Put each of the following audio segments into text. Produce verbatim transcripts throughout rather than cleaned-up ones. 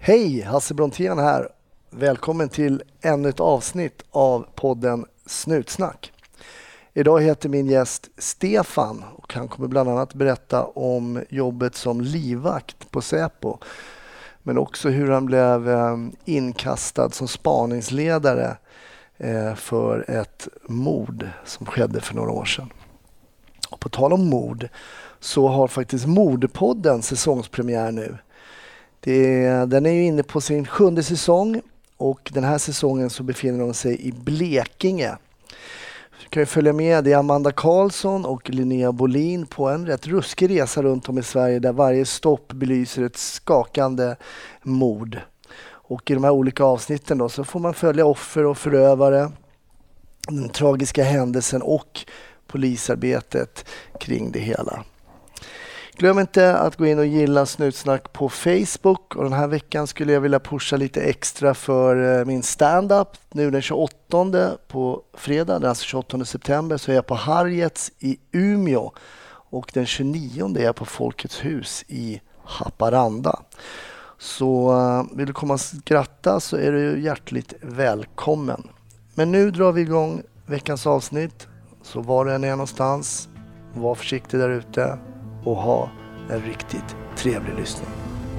Hej, Hasse Brontén här. Välkommen till ännu ett avsnitt av podden Snutsnack. Idag heter min gäst Stefan och han kommer bland annat berätta om jobbet som livvakt på Säpo. Men också hur han blev inkastad som spaningsledare för ett mord som skedde för några år sedan. Och på tal om mord så har faktiskt Mordpodden säsongspremiär nu. Det, den är ju inne på sin sjunde säsong och den här säsongen så befinner de sig i Blekinge. Du kan ju följa med, det är Amanda Karlsson och Linnea Bolin på en rätt ruskig resa runt om i Sverige där varje stopp belyser ett skakande mord. Och i de här olika avsnitten då så får man följa offer och förövare, den tragiska händelsen och polisarbetet kring det hela. Glöm inte att gå in och gilla Snutsnack på Facebook och den här veckan skulle jag vilja pusha lite extra för min stand-up. Nu den tjugoåttonde på fredag, den alltså tjugoåttonde september, så är jag på Harriets i Umeå och den tjugonionde är jag på Folkets hus i Haparanda. Så vill du komma och skratta så är du hjärtligt välkommen. Men nu drar vi igång veckans avsnitt, så var du än är någonstans, var försiktig där ute. Och ha en riktigt trevlig lyssning.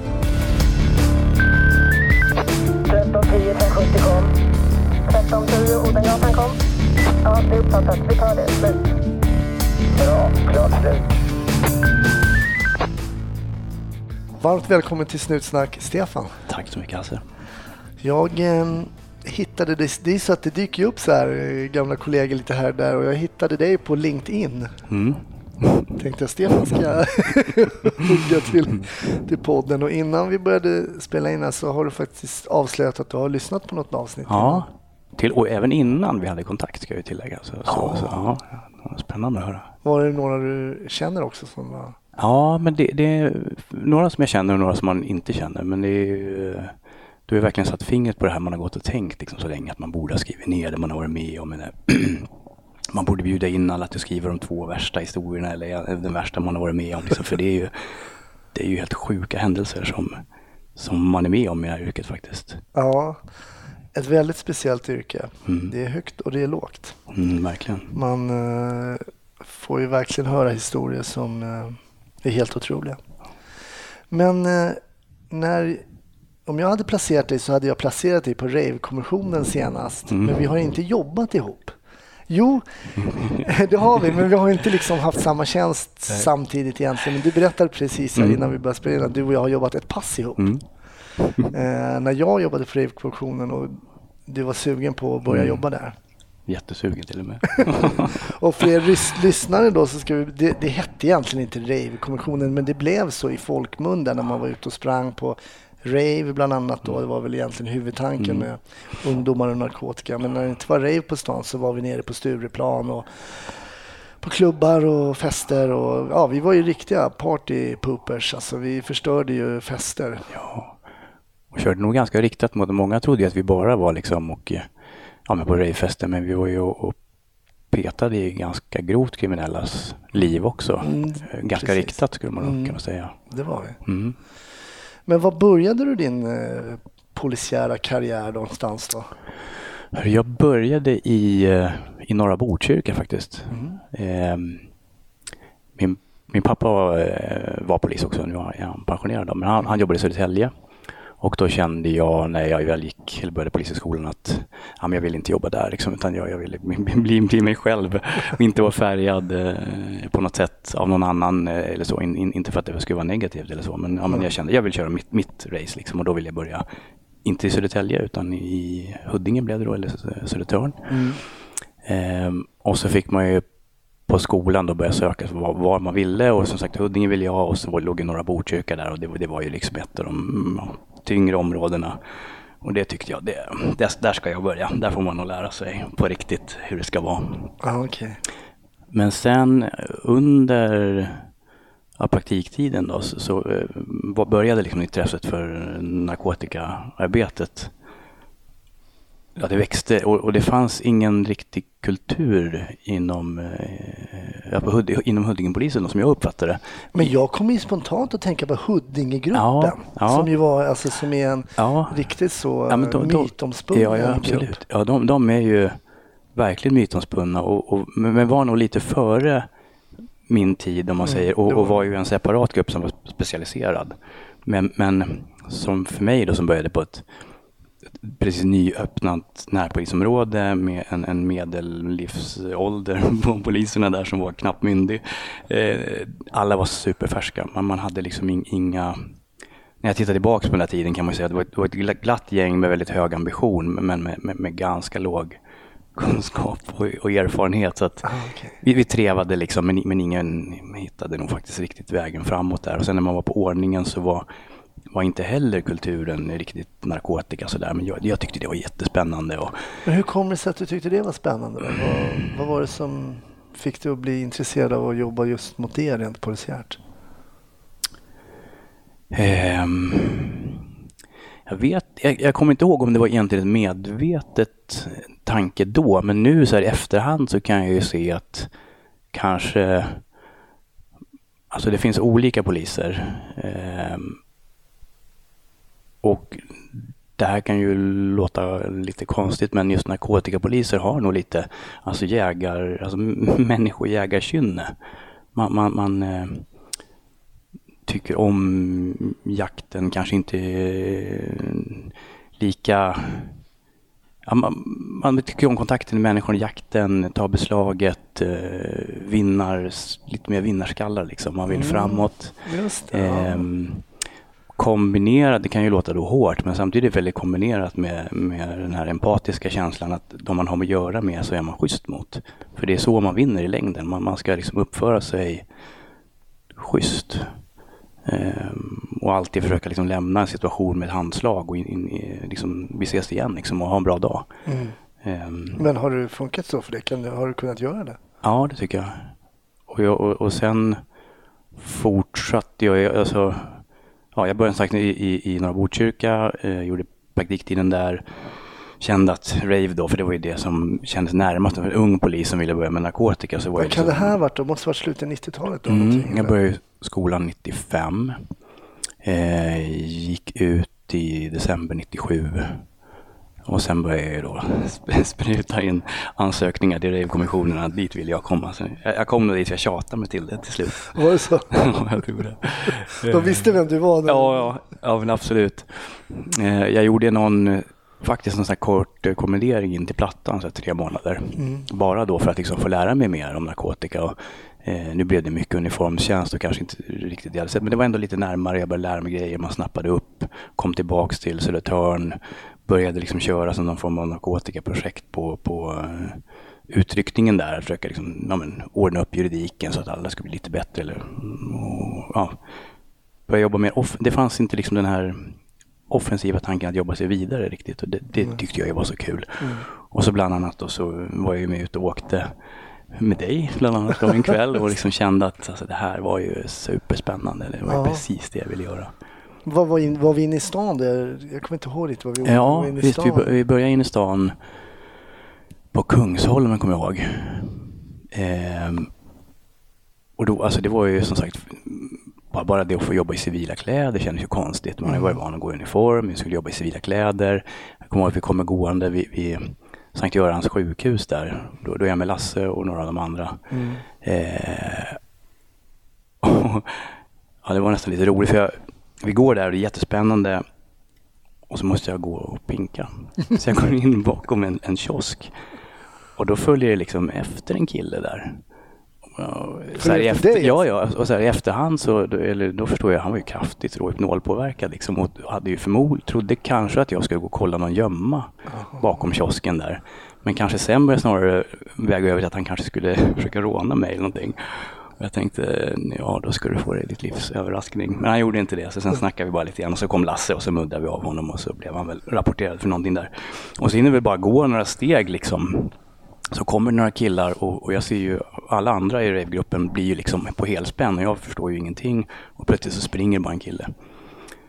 tretton tio femhundrasjuttio kom. tretton tio Odengatan kom. Ja, det är uppfattat. Vi tar det. Slut. Bra, klart slut. Varmt välkommen till Snutsnack, Stefan. Tack så mycket, Hasse. Jag eh, hittade det, det är så att det dyker upp så här gamla kollegor lite här och där och jag hittade dig på LinkedIn. Mm. Tänkte jag Stefan ska hugga till, till podden och innan vi började spela in här så har du faktiskt avslöjat att du har lyssnat på något avsnitt. Ja, till, och även innan vi hade kontakt ska jag tillägga. Så, ja. så, så, ja, det var spännande att höra. Var det några du känner också som var... Ja, men det, det är några som jag känner och några som man inte känner. Men det är ju, du har verkligen satt fingret på det här man har gått och tänkt liksom, så länge att man borde ha skrivit ner det man har varit med om. Man borde bjuda in alla att skriva de två värsta historierna eller den värsta man har varit med om. Liksom, för det är ju, det är ju helt sjuka händelser som, som man är med om i det här yrket faktiskt. Ja, ett väldigt speciellt yrke. Mm. Det är högt och det är lågt. Mm, verkligen. Man uh, får ju verkligen höra historier som uh, är helt otroliga. Men uh, när... Om jag hade placerat dig så hade jag placerat dig på Rave-kommissionen senast. Mm. Men vi har inte jobbat ihop. Jo, det har vi, men vi har inte liksom haft samma tjänst samtidigt egentligen. Men du berättade precis här mm. innan vi började spela att du och jag har jobbat ett pass ihop. Mm. eh, när jag jobbade på Rave-kommissionen och du var sugen på att börja mm. jobba där. Jättesugen till och med. Och för er rys- lyssnare då så ska vi, det, det hette egentligen inte Rave-kommissionen men det blev så i folkmun där när man var ute och sprang på rave bland annat då, det var väl egentligen huvudtanken mm. med ungdomar och narkotika. Men när det inte var rave på stan så var vi nere på Stureplan och på klubbar och fester. Och, ja, vi var ju riktiga partypoopers, alltså vi förstörde ju fester. Ja, och körde nog ganska riktat mot många trodde ju att vi bara var liksom och, ja, men på ravefester, men vi var ju och, och petade i ganska grovt kriminellas liv också. Mm, ganska precis. Riktat skulle man mm. kunna säga. Det var vi. Mm. Men vad började du din eh, polisiära karriär någonstans då? Jag började i, i Norra Botkyrka faktiskt. Mm. Eh, min, min pappa var, var polis också, nu är han pensionerad. Men han, han jobbade i Södertälje. Och då kände jag när jag väl gick eller började polisskolan att ja, men jag vill inte jobba där liksom, utan jag, jag ville bli, bli mig själv och inte vara färgad eh, på något sätt av någon annan eh, eller så, in, in, inte för att det skulle vara negativt eller så, men, ja, men jag kände jag vill köra mitt, mitt race liksom, och då ville jag börja inte i Södertälje utan i Huddinge blev det då, eller Södertörn. Mm. Eh, och så fick man ju på skolan då börja söka var, var man ville, och som sagt Huddinge ville jag, och så var, låg ju Norra Botkyrka där, och det, det var ju liksom ett av de ja, tyngre områdena, och det tyckte jag, det, det, där ska jag börja, där får man nog lära sig på riktigt hur det ska vara. Ah, okay. Men sen under ja, praktiktiden då så, så började liksom intresset för narkotikaarbetet. Ja, det växte och, och det fanns ingen riktig kultur inom, eh, på Hud, inom Huddingepolisen som jag uppfattade det. Men jag kommer ju spontant att tänka på Huddingegruppen ja, ja. som ju var, alltså som är en ja. riktigt så ja, de, mytomspunnen ja, ja, absolut. Grupp. Ja, de, de är ju verkligen mytomspunna och, och, men var nog lite före min tid om man mm, säger och, och var ju en separat grupp som var specialiserad. Men, men som för mig då som började på ett precis nyöppnat närpolisområde med en, en medellivsålder på poliserna där som var knappt myndig. Eh, alla var superfärska. Man, man hade liksom in, inga... När jag tittar tillbaka på den här tiden kan man säga att det var ett, det var ett glatt gäng med väldigt hög ambition men med, med, med ganska låg kunskap och, och erfarenhet. Så att ah, okay. vi, vi trevade liksom men, men ingen hittade nog faktiskt riktigt vägen framåt där. Och sen när man var på ordningen så var var inte heller kulturen riktigt narkotika sådär, men jag, jag tyckte det var jättespännande. Och... Men hur kommer det sig att du tyckte det var spännande? Vad, vad var det som fick dig att bli intresserad av att jobba just mot det rent polisiärt? Um, jag vet, jag, jag kommer inte ihåg om det var egentligen ett medvetet tanke då, men nu så här i efterhand så kan jag ju se att kanske, alltså det finns olika poliser. Um, Och det här kan ju låta lite konstigt men just narkotikapoliser har nog lite alltså jägar, alltså människojägarkynne. Man, man, man eh, tycker om jakten, kanske inte eh, lika... Ja, man, man tycker om kontakten med människor i jakten, ta beslaget, eh, vinnar, lite mer vinnarskallar liksom. Man vill mm, framåt. Just det, ja. Eh, kombinerat, det kan ju låta då hårt men samtidigt väldigt kombinerat med, med den här empatiska känslan att de man har att göra med så är man schysst mot. För det är så man vinner i längden. Man, man ska liksom uppföra sig schysst. Ehm, och alltid försöka liksom lämna en situation med ett handslag och in, in, liksom, vi ses igen liksom, och ha en bra dag. Mm. Ehm, men har du funkat så för det? Kan du, har du kunnat göra det? Ja, det tycker jag. Och, jag, och, och sen fortsatte jag, alltså ja, jag började sagt i, i, i Norra Botkyrka, eh, gjorde praktiktiden där, kände att rave då, för det var ju det som kändes närmast, en ung polis som ville börja med narkotika. Så var Vad kan liksom, det här varit? Det måste varit slutet av nittiotalet då? Mm, jag började skolan nittiofem, eh, gick ut i december nittiosju och sen började jag då spruta in ansökningar till rave-kommissionerna, dit ville jag komma. Så jag, jag kom nog dit, jag tjatade mig till det till slut. Var det så? Ja, jag tror det. De visste vem du var? Där. Ja, ja, ja, men absolut. Eh, jag gjorde någon, faktiskt en sån här kort kommendering in till plattan, så här, tre månader. Mm. Bara då för att liksom få lära mig mer om narkotika. Och, eh, nu blev det mycket uniformstjänst och kanske inte riktigt det jag hade sett, men det var ändå lite närmare. Jag började lära mig grejer, man snappade upp, kom tillbaks till Södertörn, började liksom köra som någon form av narkotikaprojekt på, på uh, utryckningen där. Försöka liksom, ja, men, ordna upp juridiken så att alla skulle bli lite bättre. Eller, och, ja, börja jobba mer. Off- det fanns inte liksom den här offensiva tanken att jobba sig vidare riktigt. Och det, det mm. tyckte jag var så kul. Mm. Och så bland annat då så var jag ju med ut och åkte med dig bland annat om en kväll och liksom kände att alltså, det här var ju superspännande. Det var ju ja. precis det jag ville göra. Vad var, in, var vi inne i stan där? Jag kommer inte ihåg riktigt vad vi var, ja, var inne i visst, stan. Vi, vi började in i stan på Kungsholmen, kommer jag ihåg. Ehm, och då, alltså det var ju som sagt bara, bara det att få jobba i civila kläder kändes ju konstigt. Man mm. var ju van att gå i uniform, vi skulle jobba i civila kläder. Jag kommer ihåg att vi kommer gående vid, vid Sankt Görans sjukhus där. Då, då är jag med Lasse och några av de andra. Mm. Ehm, och, ja, det var nästan lite roligt för jag vi går där och det är jättespännande och så måste jag gå och pinka. Så jag går in bakom en, en kiosk och då följer det liksom efter en kille där. Så här i efter, ja, ja, och så här i efterhand så, eller då förstår jag, han var ju kraftigt råhypnolpåverkad liksom och hade ju förmodligen, trodde kanske att jag skulle gå och kolla någon gömma bakom kiosken där. Men kanske sen började snarare väga över till att han kanske skulle försöka råna mig eller någonting. Jag tänkte, ja då ska du få det ditt livs överraskning. Men han gjorde inte det, så sen snackade vi bara lite grann och så kom Lasse och så muddade vi av honom och så blev han väl rapporterad för någonting där. Och så hinner vi bara gå några steg liksom. Så kommer några killar och, och jag ser ju alla andra i ravegruppen blir ju liksom på helspänn och jag förstår ju ingenting. Och plötsligt så springer bara en kille.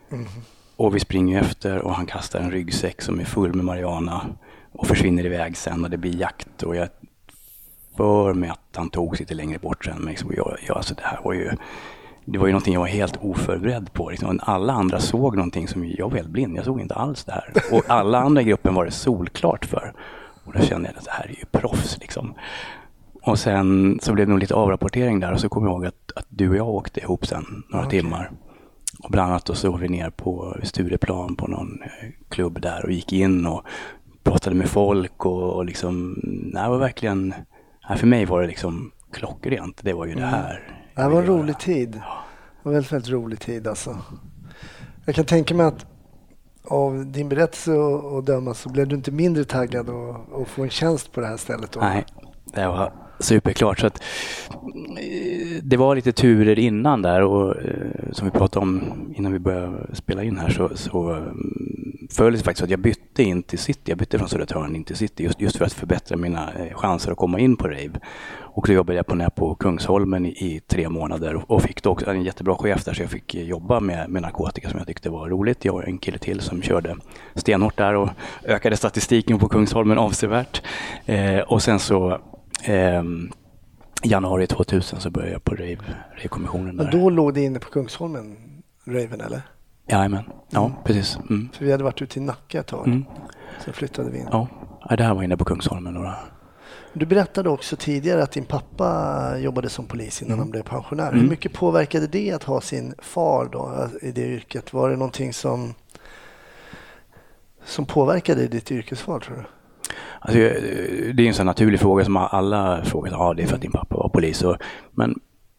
Mm. Och vi springer efter och han kastar en ryggsäck som är full med marijuana och försvinner iväg sen och det blir jakt. Och jag för mig att han tog sig lite längre bort sen. Men liksom, jag, jag, alltså det här var ju... Det var ju någonting jag var helt oförberedd på. Liksom. Alla andra såg någonting som jag var helt blind. Jag såg inte alls det här. Och alla andra i gruppen var det solklart för. Och då kände jag att det här är ju proffs liksom. Och sen så blev det nog lite avrapportering där. Och så kom jag ihåg att, att du och jag åkte ihop sen några okay. timmar. Och bland annat då så var vi ner på Stureplan på någon klubb där. Och gick in och pratade med folk. Och, och liksom, nej, det var verkligen... Nej, för mig var det liksom klockrent. Det var ju mm. det här. Det här var en rolig tid. Det var en väldigt, väldigt rolig tid alltså. Jag kan tänka mig att av din berättelse och, och döma så blev du inte mindre taggad att få en tjänst på det här stället då? Nej, det var superklart. Så att, det var lite turer innan där och som vi pratade om innan vi började spela in här så, så föll det faktiskt att jag bytte in till City. Jag bytte från Södertörn in till City just, just för att förbättra mina chanser att komma in på rave. Och då jobbade jag på, ner på Kungsholmen i, i tre månader och, och fick då också en jättebra chef där så jag fick jobba med, med narkotika som jag tyckte var roligt. Jag och en kille till som körde stenhårt där och ökade statistiken på Kungsholmen avsevärt. Eh, och sen så eh, januari tvåtusen så började jag på rave, rave-kommissionen där. Men då låg det inne på Kungsholmen, raven eller? Jajamän, ja mm. precis. Mm. För vi hade varit ute i Nacka ett tag. Mm. Så flyttade vi in. Ja, det här var inne på Kungsholmen då. Du berättade också tidigare att din pappa jobbade som polis innan mm. han blev pensionär. Mm. Hur mycket påverkade det att ha sin far då i det yrket? Var det någonting som, som påverkade ditt yrkesval tror du? Alltså, det är en sån naturlig fråga som alla frågar. Ja, det är för att din pappa var polis. Och, men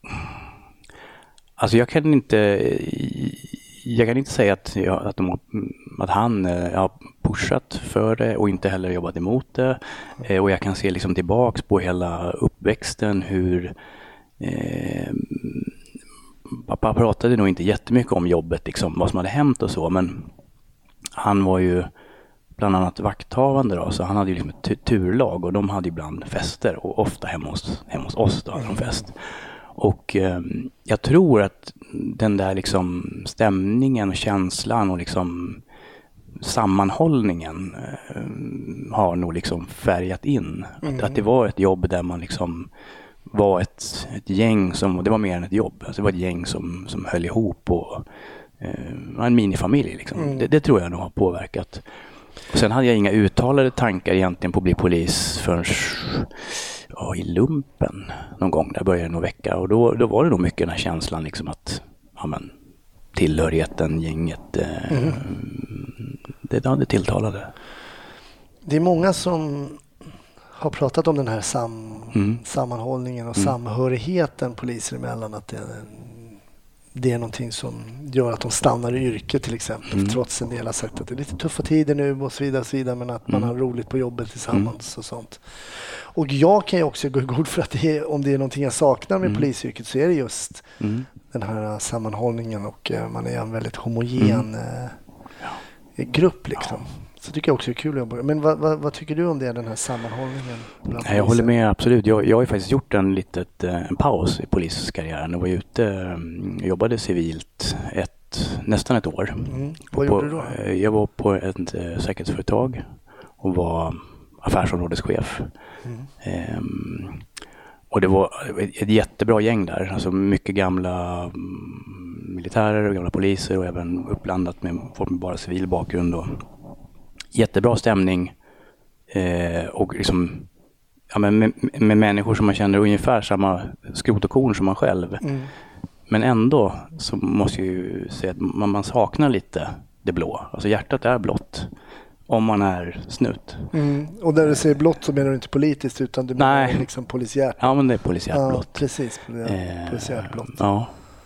alltså jag kan inte... Jag kan inte säga att, jag, att, de, att han har eh, pushat för det och inte heller jobbat emot det. Eh, och jag kan se liksom tillbaks på hela uppväxten hur eh, pappa pratade nog inte jättemycket om jobbet, liksom, vad som hade hänt och så. Men han var ju bland annat vakthavande då, så han hade ju liksom ett turlag och de hade ibland fester och ofta hemma hos, hemma hos oss då, från fest. Och eh, jag tror att den där liksom stämningen och känslan och liksom sammanhållningen eh, har nog liksom färgat in. Mm. Att, att det var ett jobb där man liksom var ett, ett gäng som, det var mer än ett jobb. Alltså det var ett gäng som, som höll ihop och eh, en minifamilj liksom. Mm. Det, det tror jag nog har påverkat. Och sen hade jag inga uttalade tankar egentligen på att bli polis förrän ja, i lumpen någon gång. Där började det nog vecka. Och då, då var det nog mycket den här känslan liksom att ja, men, tillhörigheten, gänget, eh, mm. det, det tilltalade. Det är många som har pratat om den här sam, mm. sammanhållningen och mm. samhörigheten poliser emellan. Att det är, det är någonting som gör att de stannar i yrket till exempel. Mm. Trots en del har sagt att det är lite tuffa tider nu och så vidare, och så vidare men att mm. man har roligt på jobbet tillsammans mm. och sånt. Och jag kan ju också gå i god för att det är, om det är någonting jag saknar med mm. polisyrket så är det just mm. den här sammanhållningen och uh, man är en väldigt homogen uh, ja. grupp liksom. Ja. Så tycker jag också är kul att jobba. Men vad, vad, vad tycker du om det, den här sammanhållningen? Nej, jag håller med, absolut. Jag, jag har ju faktiskt gjort en litet en paus i poliskarriären och var ute och jobbade civilt ett, nästan ett år. Mm. Vad på, gjorde du då? Jag var på ett äh, säkerhetsföretag och var affärsområdeschef. Mm. Ehm, och det var ett jättebra gäng där. Alltså mycket gamla mm, militärer och gamla poliser och även uppblandat med folk med bara civil bakgrund och jättebra stämning eh, och liksom ja, men med, med människor som man känner ungefär samma skrot och korn som man själv. Mm. Men ändå så måste jag ju säga att man, man saknar lite det blå. Alltså hjärtat är blått om man är snut. Mm. Och när du säger blått så menar du inte politiskt utan du menar Nej. liksom polisiärt. Ja, men det är polisiärt ja, blått. Precis, polisiärt eh, blått. Ja.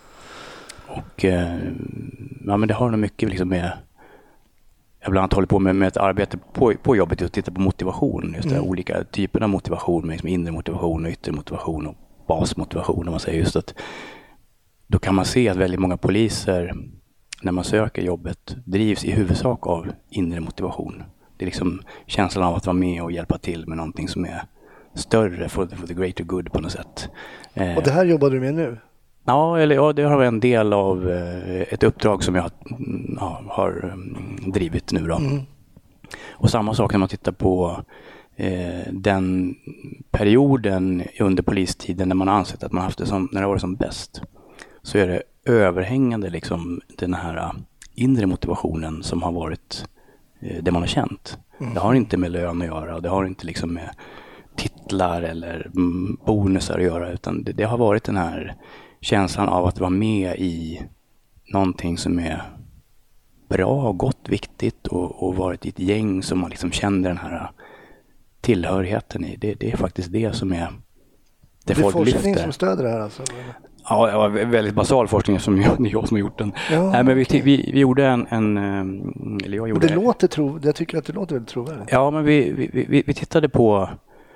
Och eh, ja, men det har nog mycket liksom med jag bland annat håller på med, med ett arbete på, på jobbet och tittar på motivation. Just det, mm. olika typer av motivation med liksom inre motivation och yttre motivation och basmotivation. Om man säger just att då kan man se att väldigt många poliser när man söker jobbet drivs i huvudsak av inre motivation. Det är liksom känslan av att vara med och hjälpa till med någonting som är större för, för the greater good på något sätt. Och det här jobbar du med nu? Ja, eller, ja, det har varit en del av eh, ett uppdrag som jag ja, har um, drivit nu då. Mm. Och samma sak när man tittar på eh, den perioden under polistiden när man har ansett att man haft det som, när det var som bäst, så är det överhängande liksom den här inre motivationen som har varit eh, det man har känt. Mm. Det har inte med lön att göra, det har inte liksom med titlar eller mm, bonusar att göra, utan det, det har varit den här känslan av att vara med i någonting som är bra och gott, viktigt och, och varit i ett gäng som man liksom känner den här tillhörigheten i. Det, det är faktiskt det som är det, det folk lyfter. Det är forskning som stöder det här alltså? Ja, det var väldigt basal forskning som jag, det är jag som har gjort den. Ja, Nej, men vi, vi, vi gjorde en... en eller jag gjorde det låter tro, jag tycker att det låter väldigt trovärdigt. Ja, men vi, vi, vi, vi tittade på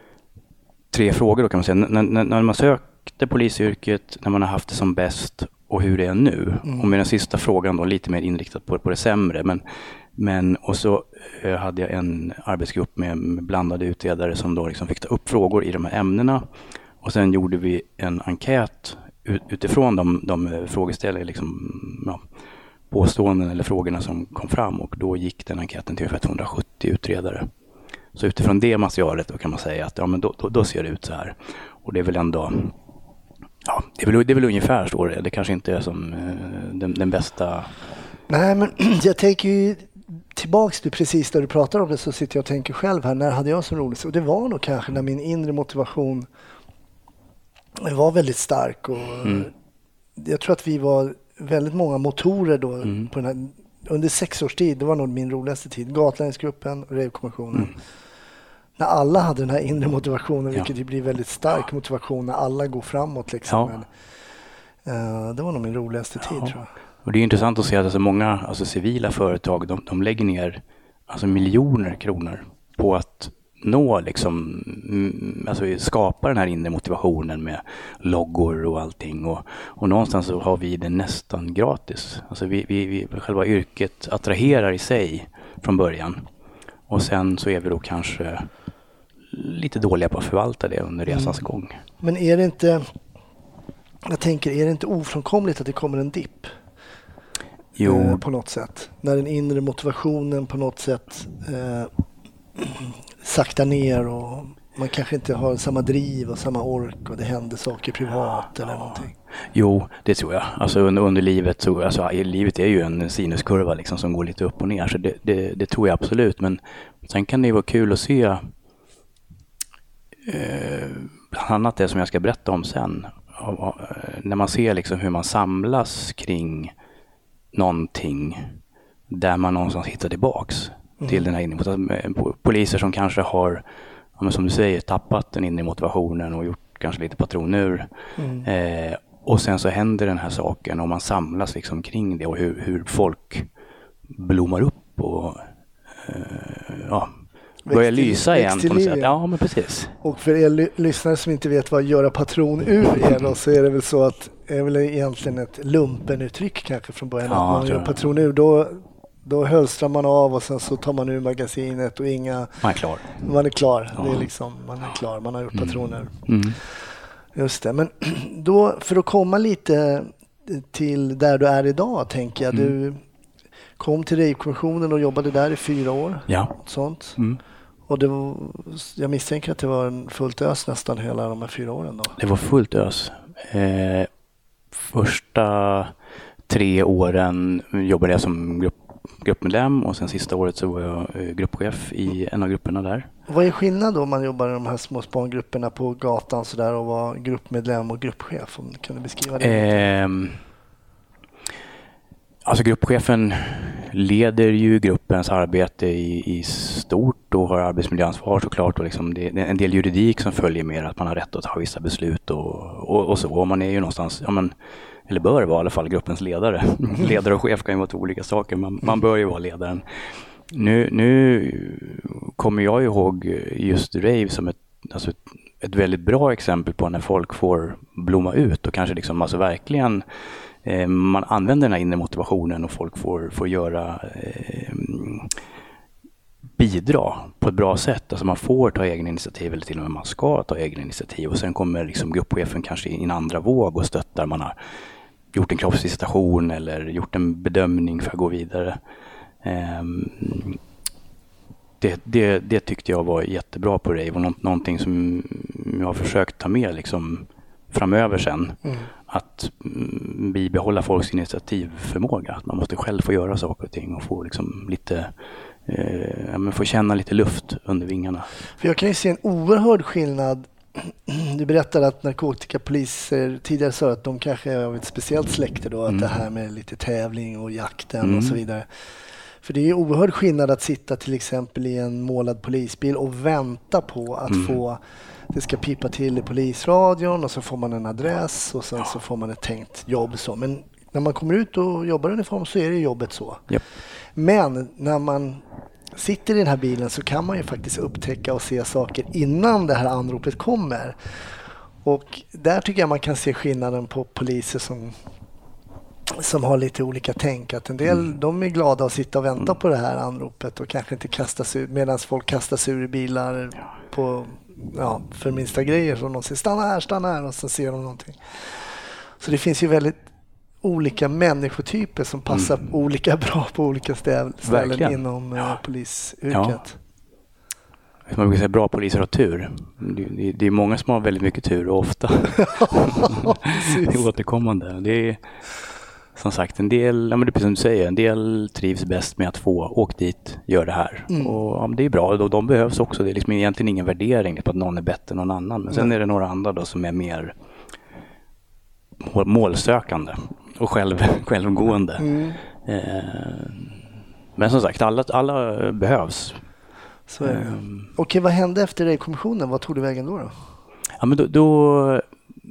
tre frågor då kan man säga. N- n- när man sökte polisyrket, när man har haft det som bäst och hur det är nu. Mm. Och med den sista frågan då lite mer inriktat på, på det sämre. Men, men, och så eh, hade jag en arbetsgrupp med, med blandade utredare som då liksom fick ta upp frågor i de här ämnena. Och sen gjorde vi en enkät ut, utifrån de, de frågeställningar, liksom, ja, påståenden eller frågorna som kom fram. Och då gick den enkäten till ungefär tvåhundrasjuttio utredare. Så utifrån det materialet då kan man säga att ja, men då, då, då ser det ut så här. Och det är väl ändå, ja, det är väl, det är väl ungefär så det. Det kanske inte är som eh, den, den bästa. Nej, men jag tänker ju tillbaks till precis där du pratar om det, så sitter jag och tänker själv här, när hade jag som roligt? Och det var nog kanske när min inre motivation var väldigt stark. Och mm. jag tror att vi var väldigt många motorer då mm. på den här, under sex års tid. Det var nog min roligaste tid. Gatlänsgruppen och Rejvkommissionen. Mm. När alla hade den här inre motivationen, vilket ja. blir väldigt stark motivation när alla går framåt. Liksom. Ja. Men, uh, det var nog min roligaste tid, ja. tror jag. Och det är intressant att se att alltså många alltså civila företag, de, de lägger ner alltså miljoner kronor på att nå, liksom, alltså skapa den här inre motivationen med loggor och allting. Och, och någonstans så har vi det nästan gratis. Alltså vi, vi, vi, själva yrket attraherar i sig från början. Och sen så är vi då kanske lite dåliga på att förvalta det under resans mm. gång. Men är det inte, jag tänker, är det inte ofrånkomligt att det kommer en dipp? Jo. Eh, på något sätt. När den inre motivationen på något sätt eh, saktar ner och man kanske inte har samma driv och samma ork och det händer saker privat eller någonting. Jo, det tror jag. Alltså under, under livet så, alltså livet är ju en sinuskurva liksom som går lite upp och ner, så det, det, det tror jag absolut. Men sen kan det ju vara kul att se eh, bland annat det som jag ska berätta om sen. Och, och, när man ser liksom hur man samlas kring någonting där man någonstans hittar tillbaks mm. till den här inre poliser som kanske har, ja, som du säger, tappat den inre motivationen och gjort kanske lite patronur. Mm. Eh, och sen så händer den här saken och man samlas liksom kring det och hur, hur folk blommar upp och eh, ja, börjar lysa igen på något sätt. Ja, men precis. Och för er ly- lyssnare som inte vet vad göra patron ur är då, så är det väl så att det är väl egentligen ett lumpenuttryck kanske från början. Ja, att man gör patron ur, då, då hölstrar man av och sen så tar man ur magasinet och inga... Man är klar. Man är klar. Ja. Det är liksom, man är klar. Man har gjort patroner. Mm. Mm. Just det. Men då, för att komma lite till där du är idag, tänker jag. Mm. Du kom till Rejvkommissionen och jobbade där i fyra år. Ja. Sånt. Mm. Och det var, jag misstänker att det var en fullt ös nästan hela de här fyra åren då. Det var fullt ös. Eh, första tre åren jobbade jag som grupp, gruppmedlem och sen sista året så var jag eh, gruppchef i en av grupperna där. Vad är skillnad då om man jobbar i de här små spangrupperna på gatan så där och var gruppmedlem och gruppchef? Kan du beskriva det? Eh, alltså gruppchefen leder ju gruppens arbete i, i stort och har arbetsmiljöansvar såklart. Och liksom det, det är en del juridik som följer med att man har rätt att ta vissa beslut och, och, och så. Och man är ju någonstans, ja, men, eller bör vara i alla fall gruppens ledare. Ledare och chef kan ju vara två olika saker. Man, man bör ju vara ledaren. Nu, nu kommer jag ihåg just Rave som ett, alltså ett, ett väldigt bra exempel på när folk får blomma ut och kanske liksom, alltså verkligen man använder den här inre motivationen och folk får, får göra eh, bidra på ett bra sätt. Alltså man får ta egen initiativ eller till och med man ska ta egen initiativ. Och sen kommer liksom gruppchefen kanske i en andra våg och stöttar. Man har gjort en kroppsvisitation eller gjort en bedömning för att gå vidare. Um, det, det, det tyckte jag var jättebra på Rave och nå- någonting som jag har försökt ta med liksom framöver sen. Mm. Att mm, bibehålla folks initiativförmåga. Att man måste själv få göra saker och ting och få liksom lite eh, ja, men få känna lite luft under vingarna. För jag kan ju se en oerhörd skillnad. Du berättade att narkotikapoliser tidigare sa att de kanske är av ett speciellt släkte då, att mm. det här med lite tävling och jakten mm. och så vidare. För det är ju oerhörd skillnad att sitta till exempel i en målad polisbil och vänta på att mm. få, det ska pipa till i polisradion och så får man en adress och sen så får man ett tänkt jobb så. Men när man kommer ut och jobbar i uniform så är det jobbet så. Yep. Men när man sitter i den här bilen så kan man ju faktiskt upptäcka och se saker innan det här anropet kommer. Och där tycker jag man kan se skillnaden på poliser som som har lite olika tänk. Att en del mm. de är glada att sitta och vänta mm. på det här anropet och kanske inte kastas ut medan folk kastas ur i bilar på, ja, för minsta grejer som de säger stanna här, stanna här och så ser de någonting. Så det finns ju väldigt olika människotyper som passar mm. olika bra på olika ställen Verkligen. inom ja. polisyrket. Ja. Man brukar säga bra poliser har tur. Det, det är många som har väldigt mycket tur och ofta. Det är återkommande. Det är som sagt en del, ja, men det är precis som du säger, en del trivs bäst med att få åka dit, gör det här. Mm. Och ja, det är bra, och de behövs också. Det är liksom egentligen ingen värdering på att någon är bättre än någon annan. Men sen mm. är det några andra då som är mer målsökande och själv, självgående. Mm. Eh, men som sagt, alla, alla behövs. Så är det. Um, Okej, vad hände efter det i kommissionen? Vad tog du vägen då? då? Ja, men då, då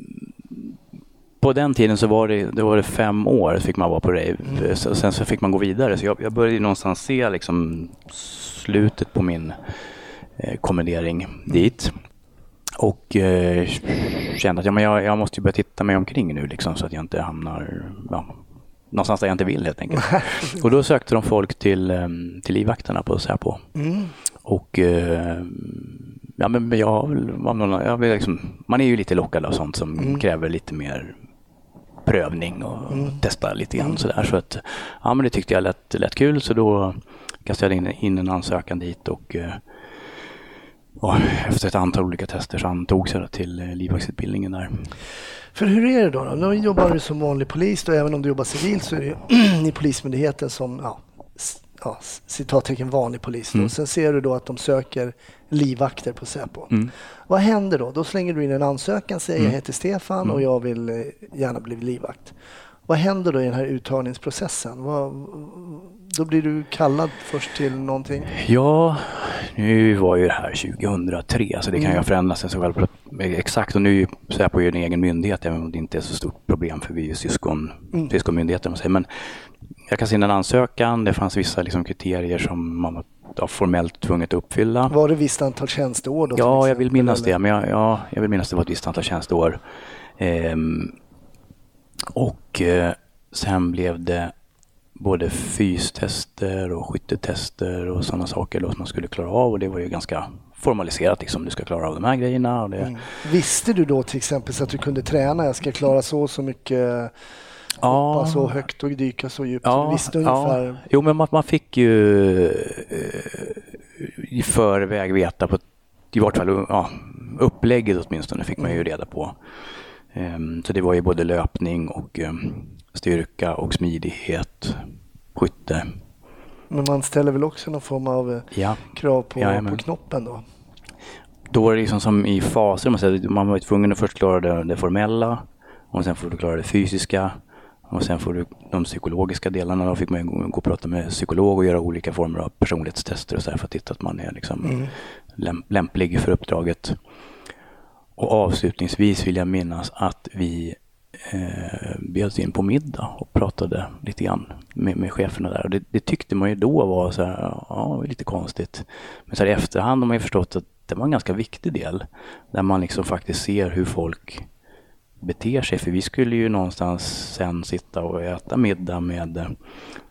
på den tiden så var det, det var det fem år fick man vara på Rave. Mm. Så, sen så fick man gå vidare. Så jag, jag började någonstans se liksom slutet på min eh, kommendering mm. dit. Och eh, kände att ja, men jag, jag måste ju börja titta mig omkring nu liksom, så att jag inte hamnar ja, någonstans där jag inte vill helt enkelt. Och då sökte de folk till, till livvakterna på Säpo. Mm. Och eh, ja, men jag, jag, liksom, man är ju lite lockad av sånt som mm. kräver lite mer prövning och mm. testa lite grann mm. sådär. Så att, ja, men det tyckte jag lät, lät kul, så då kastade jag in, in en ansökan dit och eh, Och efter ett antal olika tester så antogs jag till livvaktsutbildningen där. För hur är det då? då? Nu jobbar du som vanlig polis och även om du jobbar civilt så är det i polismyndigheten som ja, ja, citattecken vanlig polis. Mm. Sen ser du då att de söker livvakter på Säpo. Mm. Vad händer då? Då slänger du in en ansökan, säger mm. jag heter Stefan mm. och jag vill gärna bli livvakt. Vad händer då i den här uttagningsprocessen? Vad, då blir du kallad först till någonting? Ja, nu var ju det här tjugohundratre så det kan mm. ju förändras så väl exakt. Och nu så är på ju en egen myndighet, även om det inte är så stort problem för vi är ju syskon, mm. syskonmyndigheter. Men jag kan se en ansökan, det fanns vissa liksom kriterier som man var formellt tvunget att uppfylla. Var det ett visst antal tjänsteår då? Ja, jag vill minnas eller? det. Men jag, ja, jag vill minnas det var ett visst antal tjänsteår. Ehm, Och eh, sen blev det både fystester och skyttetester och sådana saker då som man skulle klara av. Och det var ju ganska formaliserat, liksom, du ska klara av de här grejerna. Och det... mm. Visste du då till exempel så att du kunde träna? Jag ska klara så så mycket, ja. hoppa så högt och dyka så djupt. Ja, visste ungefär... ja. Jo, men man, man fick ju eh, i förväg veta på i vart fall ja, upplägget åtminstone fick man ju reda på. Så det var ju både löpning och styrka och smidighet, skytte. Men man ställer väl också någon form av ja. krav på, ja, på knoppen då? Då var det liksom som i faser. Man, säger, man var tvungen att först klara det, det formella och sen får du klara det fysiska och sen får du de psykologiska delarna. Då fick man gå, gå och prata med psykolog och göra olika former av personlighetstester och så här för att titta att man är liksom mm. lämp- lämplig för uppdraget. Och avslutningsvis vill jag minnas att vi eh, bjöds in på middag och pratade lite grann med, med cheferna där. Och det, det tyckte man ju då var så här, ja, lite konstigt. Men så här i efterhand har man ju förstått att det var en ganska viktig del. Där man liksom faktiskt ser hur folk beter sig. För vi skulle ju någonstans sen sitta och äta middag med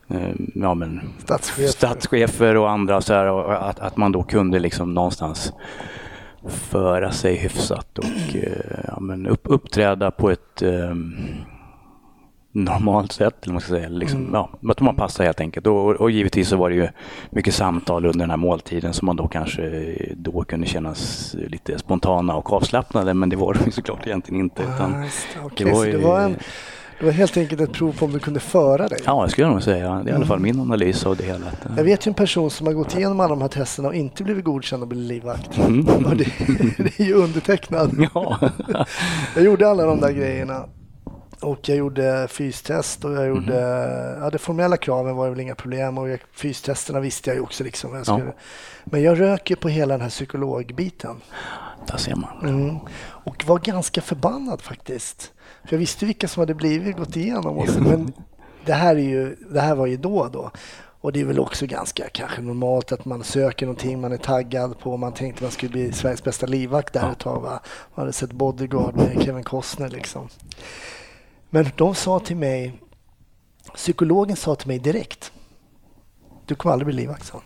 ja, men, statschefer. statschefer och andra så här, och att, att man då kunde liksom någonstans föra sig hyfsat och ja, men upp, uppträda på ett um, normalt sätt, eller man ska säga, liksom, mm. ja, att man passar helt enkelt. Och, och givetvis så var det ju mycket samtal under den här måltiden som man då kanske då kunde kännas lite spontana och avslappnade, men det var det såklart egentligen inte. Utan ah, det, okay, det, var ju, det, var en, det var helt enkelt ett prov på om du kunde föra dig. Ja, det skulle jag nog säga. Det är i alla fall min analys av det hela. Jag vet ju en person som har gått igenom alla de här testerna och inte blivit godkänd att bli livvakt. Mm. Det, det är ju undertecknad. Ja. Jag gjorde alla de där grejerna. Och jag gjorde fystest och jag gjorde, mm. ja, det formella kraven var väl inga problem och jag, fystesterna visste jag ju också liksom. Jag skulle, ja. Men jag rök ju på hela den här psykologbiten. Där ser man. Mm. Och var ganska förbannad faktiskt. För jag visste vilka som hade blivit gått igenom oss. Men det här, är ju, det här var ju då då. Och det är väl också ganska kanske normalt att man söker någonting man är taggad på. Man tänkte man skulle bli Sveriges bästa livvakt där ett tag. Va? Man hade sett Bodyguard med Kevin Costner liksom. Men de sa till mig, psykologen sa till mig direkt, du kommer aldrig bli livvakt, sa.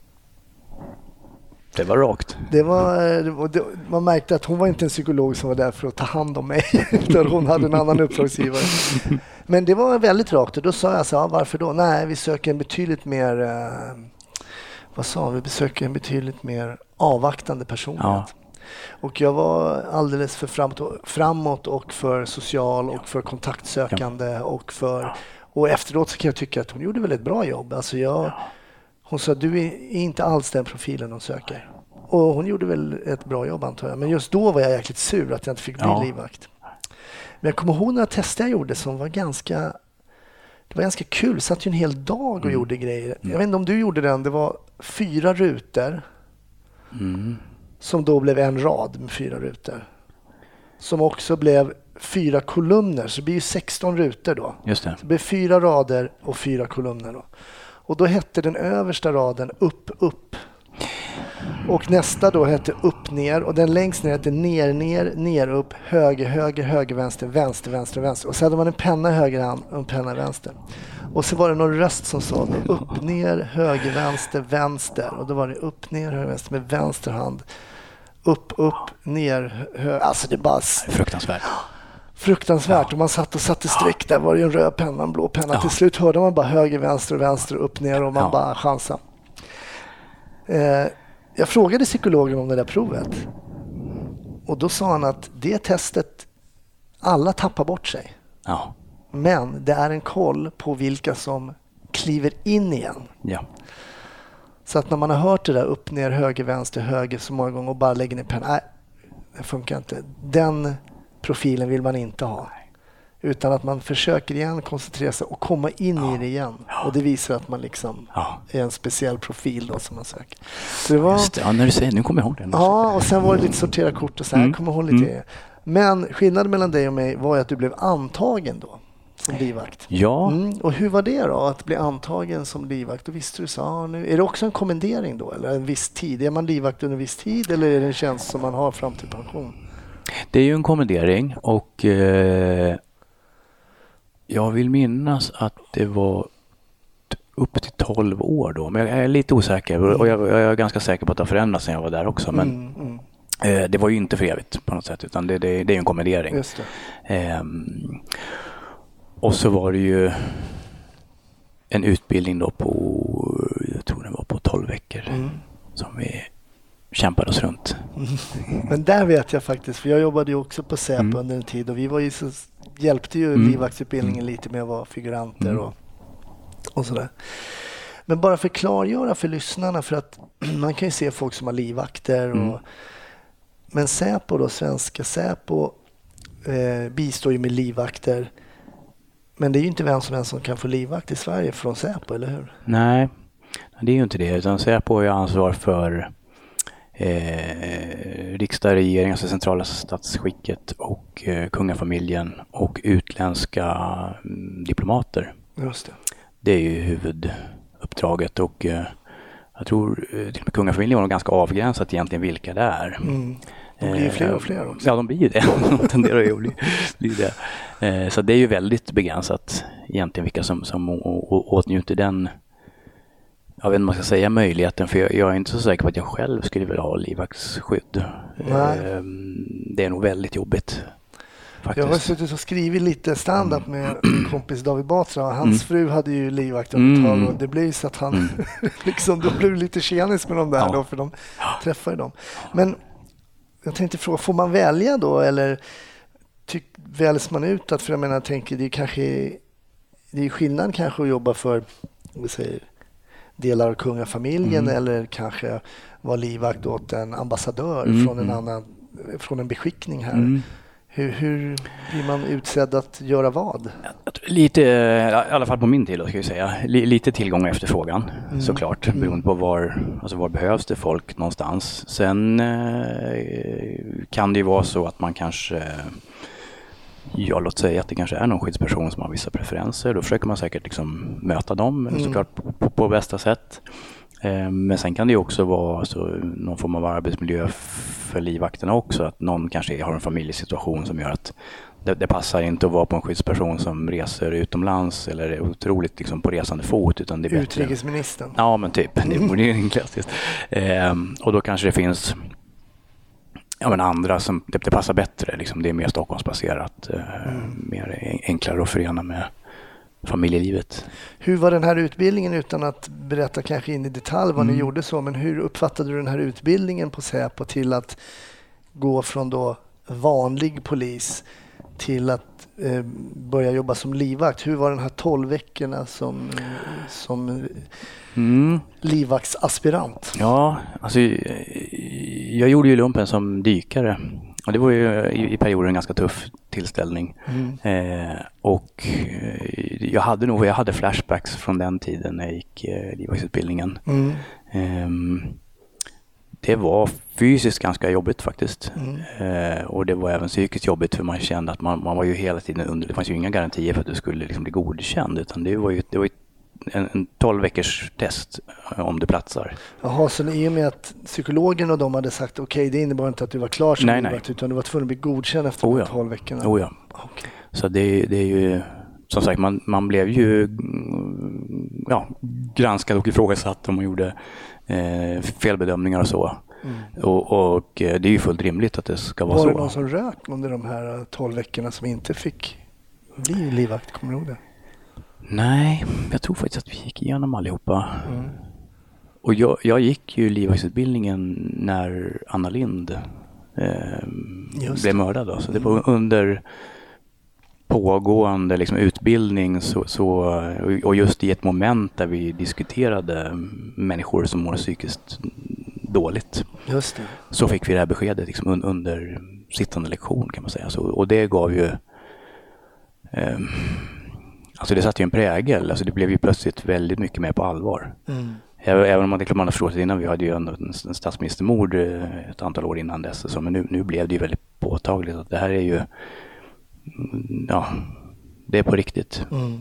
Det var rakt. Det var, det, man märkte att hon var inte en psykolog som var där för att ta hand om mig, utan hon hade en annan uppdragsgivare. Men det var väldigt rakt och då sa jag så här, varför då? Nej, vi söker en betydligt mer, eh, vad sa vi, vi söker en betydligt mer avvaktande personlighet. Ja. Och jag var alldeles för framåt, framåt och för social och för kontaktsökande ja. och för och efteråt så kan jag tycka att hon gjorde väl ett bra jobb. Alltså jag, hon sa du är inte alls den profilen hon söker. Och hon gjorde väl ett bra jobb antar jag. Men just då var jag jäkligt sur att jag inte fick bli ja. livvakt. Men jag kommer ihåg några tester jag gjorde som var ganska det var ganska kul. Satt ju en hel dag och mm. gjorde grejer. Jag vet inte om du gjorde den. Det var fyra rutor. Mm. Som då blev en rad med fyra rutor. Som också blev fyra kolumner. Så det blir ju sexton rutor då. Just det. Så det blir fyra rader och fyra kolumner då. Och då hette den översta raden upp, upp. Och nästa då hette upp, ner. Och den längst ner hette ner, ner, ner, upp, höger, höger, höger, vänster, vänster, vänster, vänster. Och så hade man en penna i höger hand och en penna i vänster. Och så var det någon röst som sa upp, ner, höger, vänster, vänster. Och då var det upp, ner, höger, vänster med vänster hand. Upp, upp, ner, höger. Alltså det bara... Fruktansvärt. Fruktansvärt. Ja. Och man satt och satte streck. Där var det en röd penna, en blå penna. Ja. Till slut hörde man bara höger, vänster, vänster, upp, ner. Och man ja. bara chansade. Eh, jag frågade psykologen om det där provet. Och då sa han att det testet, alla tappar bort sig. Ja. Men det är en koll på vilka som kliver in igen. Ja. Så att när man har hört det där upp, ner, höger, vänster, höger så många gånger och bara lägger ner pennan. Nej, det funkar inte. Den profilen vill man inte ha. Utan att man försöker igen koncentrera sig och komma in ja. i det igen. Och det visar att man liksom ja. är en speciell profil då som man söker. Så det var... Just det, ja, när du säger nu kommer jag ihåg det. Ja, och sen var det lite sortera kort och så här, mm. kommer ihåg lite. Mm. Men skillnaden mellan dig och mig var ju att du blev antagen då som livvakt. Ja. Mm. Och hur var det då att bli antagen som livvakt? Då visste du så, ah, nu är det också en kommendering då eller en viss tid? Är man livvakt under en viss tid eller är det en tjänst som man har fram till pension? Det är ju en kommendering och eh, jag vill minnas att det var upp till tolv år då. Men jag är lite osäker och jag, jag är ganska säker på att det har förändrats sen jag var där också. Men mm, mm. Eh, det var ju inte för evigt på något sätt utan det, det, det är en kommendering. Just det. Eh, och så var det ju en utbildning då på, jag tror det var på tolv veckor mm. som vi kämpade oss runt. Mm. Men där vet jag faktiskt, för jag jobbade ju också på Säpo mm. under en tid och vi var ju så, hjälpte ju mm. livvaktsutbildningen lite med att vara figuranter mm. och, och sådär. Men bara för att klargöra för lyssnarna, för att man kan ju se folk som har livvakter och, mm. men Säpo då, svenska Säpo eh, bistår ju med livvakter. Men det är ju inte vem som helst som kan få livvakt i Sverige från Säpo, eller hur? Nej, det är ju inte det. Utan Säpo är ansvar för eh, riksdag, regering, alltså centrala statsskicket och eh, kungafamiljen och utländska mm, diplomater. Just det. Det är ju huvuduppdraget och eh, jag tror eh, till och med kungafamiljen var ganska avgränsat egentligen vilka det är. Mm. De blir ju fler och fler också. Ja, de blir ju det. De tenderar ju att bli, bli det. Eh, så det är ju väldigt begränsat egentligen vilka som, som å, å, åtnjuter den, jag vet inte om man ska säga möjligheten, för jag, jag är inte så säker på att jag själv skulle vilja ha livvaktsskydd. Eh, det är nog väldigt jobbigt. Faktiskt. Jag har suttit och skrivit lite stand-up mm. med min kompis David Batra. Hans mm. fru hade ju livvakt mm. och det blev så att han mm. liksom, då blev lite tjenis med dem där ja. då, för de träffade dem. Men jag tänkte fråga, får man välja då eller tyck, väljs man ut att, för jag menar, jag tänker det är kanske det är skillnad kanske att jobba för vi säger, delar av kungafamiljen mm. eller kanske vara livvakt åt en ambassadör mm. från en annan, från en beskickning här. Mm. Hur, hur blir man utsedd att göra vad? Lite, i alla fall på min tid då, ska jag säga. Lite tillgång och efterfrågan mm. såklart. Beroende mm. på var, alltså var behövs det folk någonstans. Sen eh, kan det ju vara så att man kanske, ja låt säga att det kanske är någon skyddsperson som har vissa preferenser. Då försöker man säkert liksom möta dem mm. såklart på, på, på bästa sätt. Men sen kan det ju också vara så någon form av arbetsmiljö för livvakterna också. Att någon kanske har en familjesituation som gör att det, det passar inte att vara på en skyddsperson som reser utomlands eller är otroligt liksom på resande fot. Utan det är utrikesministern. Bättre. Ja, men typ. Det är ju klassiskt. Ehm, och då kanske det finns ja, men andra som det, det passar bättre. Liksom. Det är mer Stockholmsbaserat. Mm. Mer enklare att förena med familjelivet. Hur var den här utbildningen, utan att berätta kanske in i detalj vad mm. ni gjorde så, men hur uppfattade du den här utbildningen på Säpo till att gå från då vanlig polis till att eh, börja jobba som livvakt? Hur var den här tolv veckorna som, som mm. livvaktsaspirant? Ja, alltså jag gjorde ju lumpen som dykare. Och det var ju i, i perioder en ganska tuff tillställning. Mm. Eh, och eh, jag hade nog jag hade flashbacks från den tiden när jag gick eh, livvaktsutbildningen. Mm. Eh, det var fysiskt ganska jobbigt faktiskt. Mm. Eh, och det var även psykiskt jobbigt, för man kände att man, man var ju hela tiden under, det fanns ju inga garantier för att du skulle liksom bli godkänd, utan det var ju, det var ju en, en tolv veckors test om du platsar. Jaha, så i och med att psykologen och de hade sagt okej, okay, det innebar inte att du var klar som nej, livvakt, utan du var tvungen att bli godkänd efter oh ja. de tolv veckorna. Oh ja. Okay. Så det, det är ju, som sagt, man, man blev ju ja, granskad och ifrågasatt om man gjorde eh, felbedömningar och så. Mm. Och, och det är ju fullt rimligt att det ska vara var så. Var det någon som rök under de här tolv veckorna som inte fick bli livvakt? Kommer du ihåg det? Nej, jag tror faktiskt att vi gick igenom allihopa. Mm. Och jag, jag gick ju livvaktsutbildningen när Anna Lind eh, blev mördad. Då. Så det var under pågående liksom, utbildning så, så, och just i ett moment där vi diskuterade människor som mår psykiskt dåligt. Just det. Så fick vi det här beskedet liksom, un, under sittande lektion kan man säga. Så, och det gav ju eh, alltså det satt ju en prägel. Alltså det blev ju plötsligt väldigt mycket mer på allvar. Mm. Även om man, det man hade frågat innan, vi hade ju en, en statsministermord ett antal år innan dess. Så, men nu, nu blev det ju väldigt påtagligt att det här är ju ja, det är på riktigt. Mm.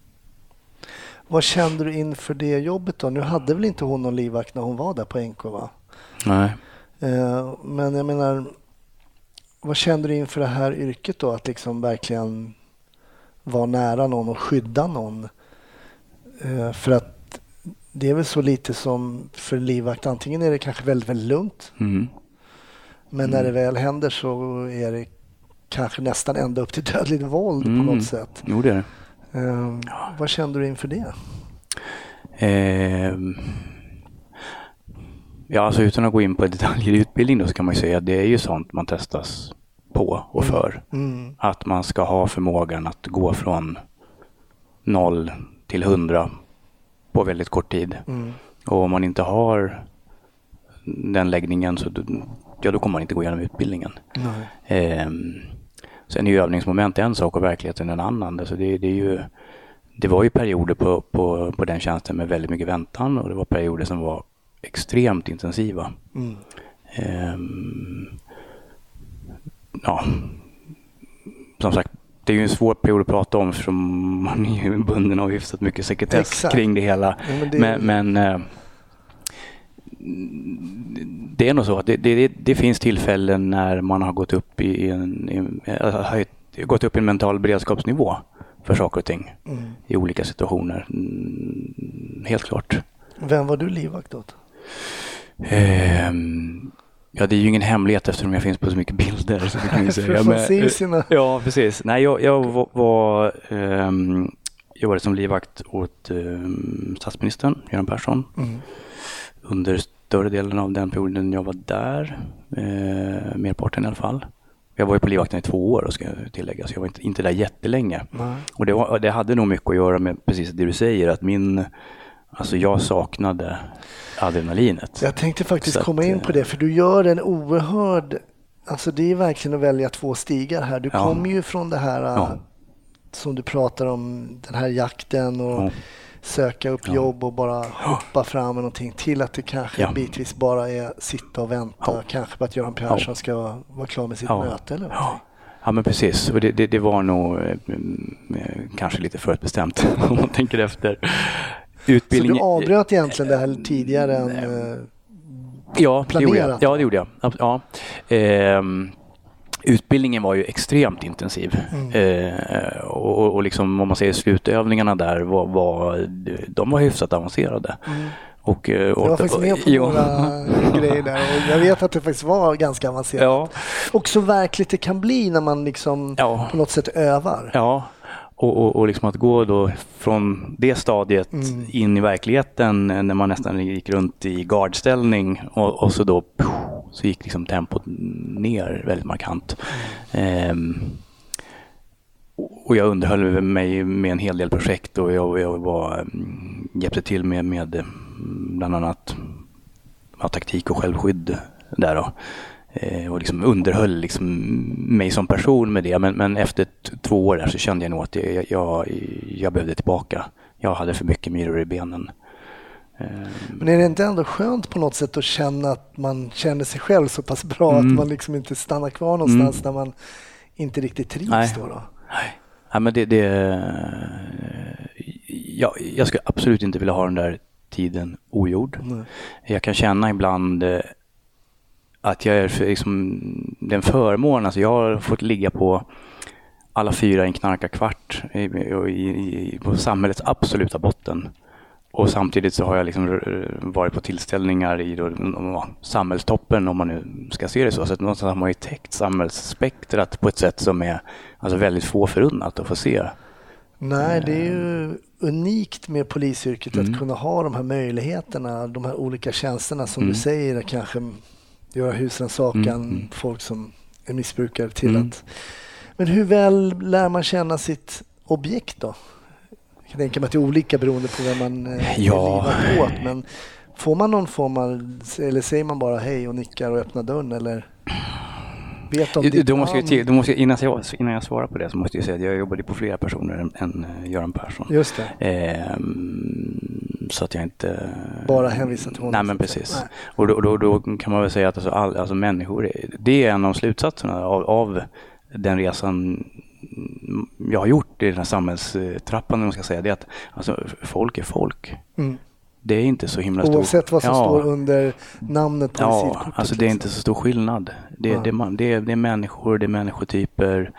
Vad kände du inför det jobbet då? Nu hade väl inte hon någon livvakt när hon var där på N K, va? Nej. Eh, men jag menar, vad kände du inför det här yrket då? Att liksom verkligen vara nära någon och skydda någon? Eh, för att det är väl så lite som för livvakt. Antingen är det kanske väldigt, väldigt lugnt. Mm. Men mm. när det väl händer så är det kanske nästan ända upp till dödligt våld mm. på något sätt. Jo, det är det. Uh, vad kände du inför det? Eh, ja, alltså utan att gå in på detaljer i utbildning då, så kan man ju säga att det är ju sånt man testas på och för. Mm. Mm. Att man ska ha förmågan att gå från noll till hundra på väldigt kort tid. Mm. Och om man inte har den läggningen så ja, då kommer man inte gå igenom utbildningen. Eh, sen är ju övningsmoment en sak och verkligheten en annan. Alltså det, det, är ju, det var ju perioder på, på, på den tjänsten med väldigt mycket väntan, och det var perioder som var extremt intensiva. Mm. Eh, ja, som sagt, det är ju en svår period att prata om, för man är ju bunden av hyfsat mycket sekretess Exakt. kring det hela. Ja, men det... men, men eh, det är nog så att det, det, det finns tillfällen när man har gått upp i en, i, gått upp i en mental beredskapsnivå för saker och ting Mm. i olika situationer. Mm, helt klart. Vem var du livvakt åt? Ehm, ja, det är ju ingen hemlighet eftersom jag finns på så mycket bilder. Så det kan jag säga. Man ser ju sina... Ja, precis. Nej, jag, jag var, var um, jag var som livvakt åt um, statsministern, Göran Persson. Mm. Under större delen av den perioden jag var där. Eh, merparten i alla fall. Jag var ju på livvakten i två år, ska jag tillägga. Så jag var inte, inte där jättelänge. Nej. Och det, var, det hade nog mycket att göra med precis det du säger. Att min... Alltså jag saknade adrenalinet. Jag tänkte faktiskt Så komma att, in på det, för du gör en oerhörd... Alltså det är verkligen att välja två stigar här. Du Ja. kommer ju från det här Ja. som du pratar om, den här jakten och Ja. söka upp Ja. jobb och bara hoppa fram med någonting, till att det kanske Ja. bitvis bara är sitta och vänta. Ja. Kanske på att Göran Persson Ja. ska vara klar med sitt Ja. möte eller någonting. Ja. Ja, men precis. Och det, det, det var nog eh, eh, kanske lite förutbestämt om man tänker efter. Utbildning... Så du avbröt egentligen det här tidigare än eh, Ja, det gjorde jag. planerat? Ja, det gjorde jag. Ab- Ja. Ehm, utbildningen var ju extremt intensiv. Mm. Ehm, och, och liksom, om man säger slutövningarna där var, var de var hyfsat avancerade. Mm. Och, och, Jag var faktiskt med på ja. några grejer där och jag vet att det faktiskt var ganska avancerat. Ja, Och så verkligt det kan bli när man liksom ja, på något sätt övar. ja. Och, och, och liksom att gå då från det stadiet Mm. in i verkligheten när man nästan gick runt i guardställning och, och så då så gick liksom tempot ner väldigt markant. Ehm, och jag underhöll mig med en hel del projekt och jag, jag var, mm, hjälpte till med, med mm, bland annat ja, taktik och självskydd där då. Eh, och liksom underhöll liksom mig som person med det. Men, men efter t- två år där så kände jag nog att jag, jag, jag behövde tillbaka. Jag hade för mycket myror i benen. Eh, Men är det inte ändå skönt på något sätt att känna att man känner sig själv så pass bra Mm. att man liksom inte stannar kvar någonstans när man inte riktigt trivs Nej. då? då? Nej, ja, men det... det ja, jag skulle absolut inte vilja ha den där tiden ogjord. Nej. Jag kan känna ibland eh, att jag är för, liksom, det är en förmån. Alltså jag har fått ligga på alla fyra i en knarkarkvart i, i, i, på samhällets absoluta botten. Och samtidigt så har jag liksom r- varit på tillställningar i då, ja, samhällstoppen, om man nu ska se det så. Så att någonstans har man ju täckt samhällsspektrat på ett sätt som är alltså väldigt få förunnat att få se. Nej, det är ju unikt med polisyrket Mm. att kunna ha de här möjligheterna, de här olika tjänsterna som Mm. du säger, kanske göra husrannsakan, Mm, mm. folk som är missbrukare till Mm. att... Men hur väl lär man känna sitt objekt då? Jag kan tänka mig att det är olika beroende på vem man eh, Ja. är livvakt åt, men får man någon form av, eller säger man bara hej och nickar och öppnar dörren, eller vet om Då, ditt då måste jag, namn? till, då måste jag, innan, jag, innan jag svarar på det så måste jag säga att jag jobbade på flera personer än, än eh, Göran Persson. Just det. Ehm, så att jag inte... Bara hänvisa till honom. Nej, men precis. Nej. Och då, då, då kan man väl säga att alltså, all, alltså människor, det är en av slutsatserna av, av den resan jag har gjort i den här samhällstrappan, om man ska säga, det är att alltså, folk är folk. Mm. Det är inte så himla stor... Oavsett vad som Ja. står under namnet på Ja, visitkortet. alltså det är inte så stor skillnad. Det, Ja. det, man, det, är, det är människor, det är människotyper.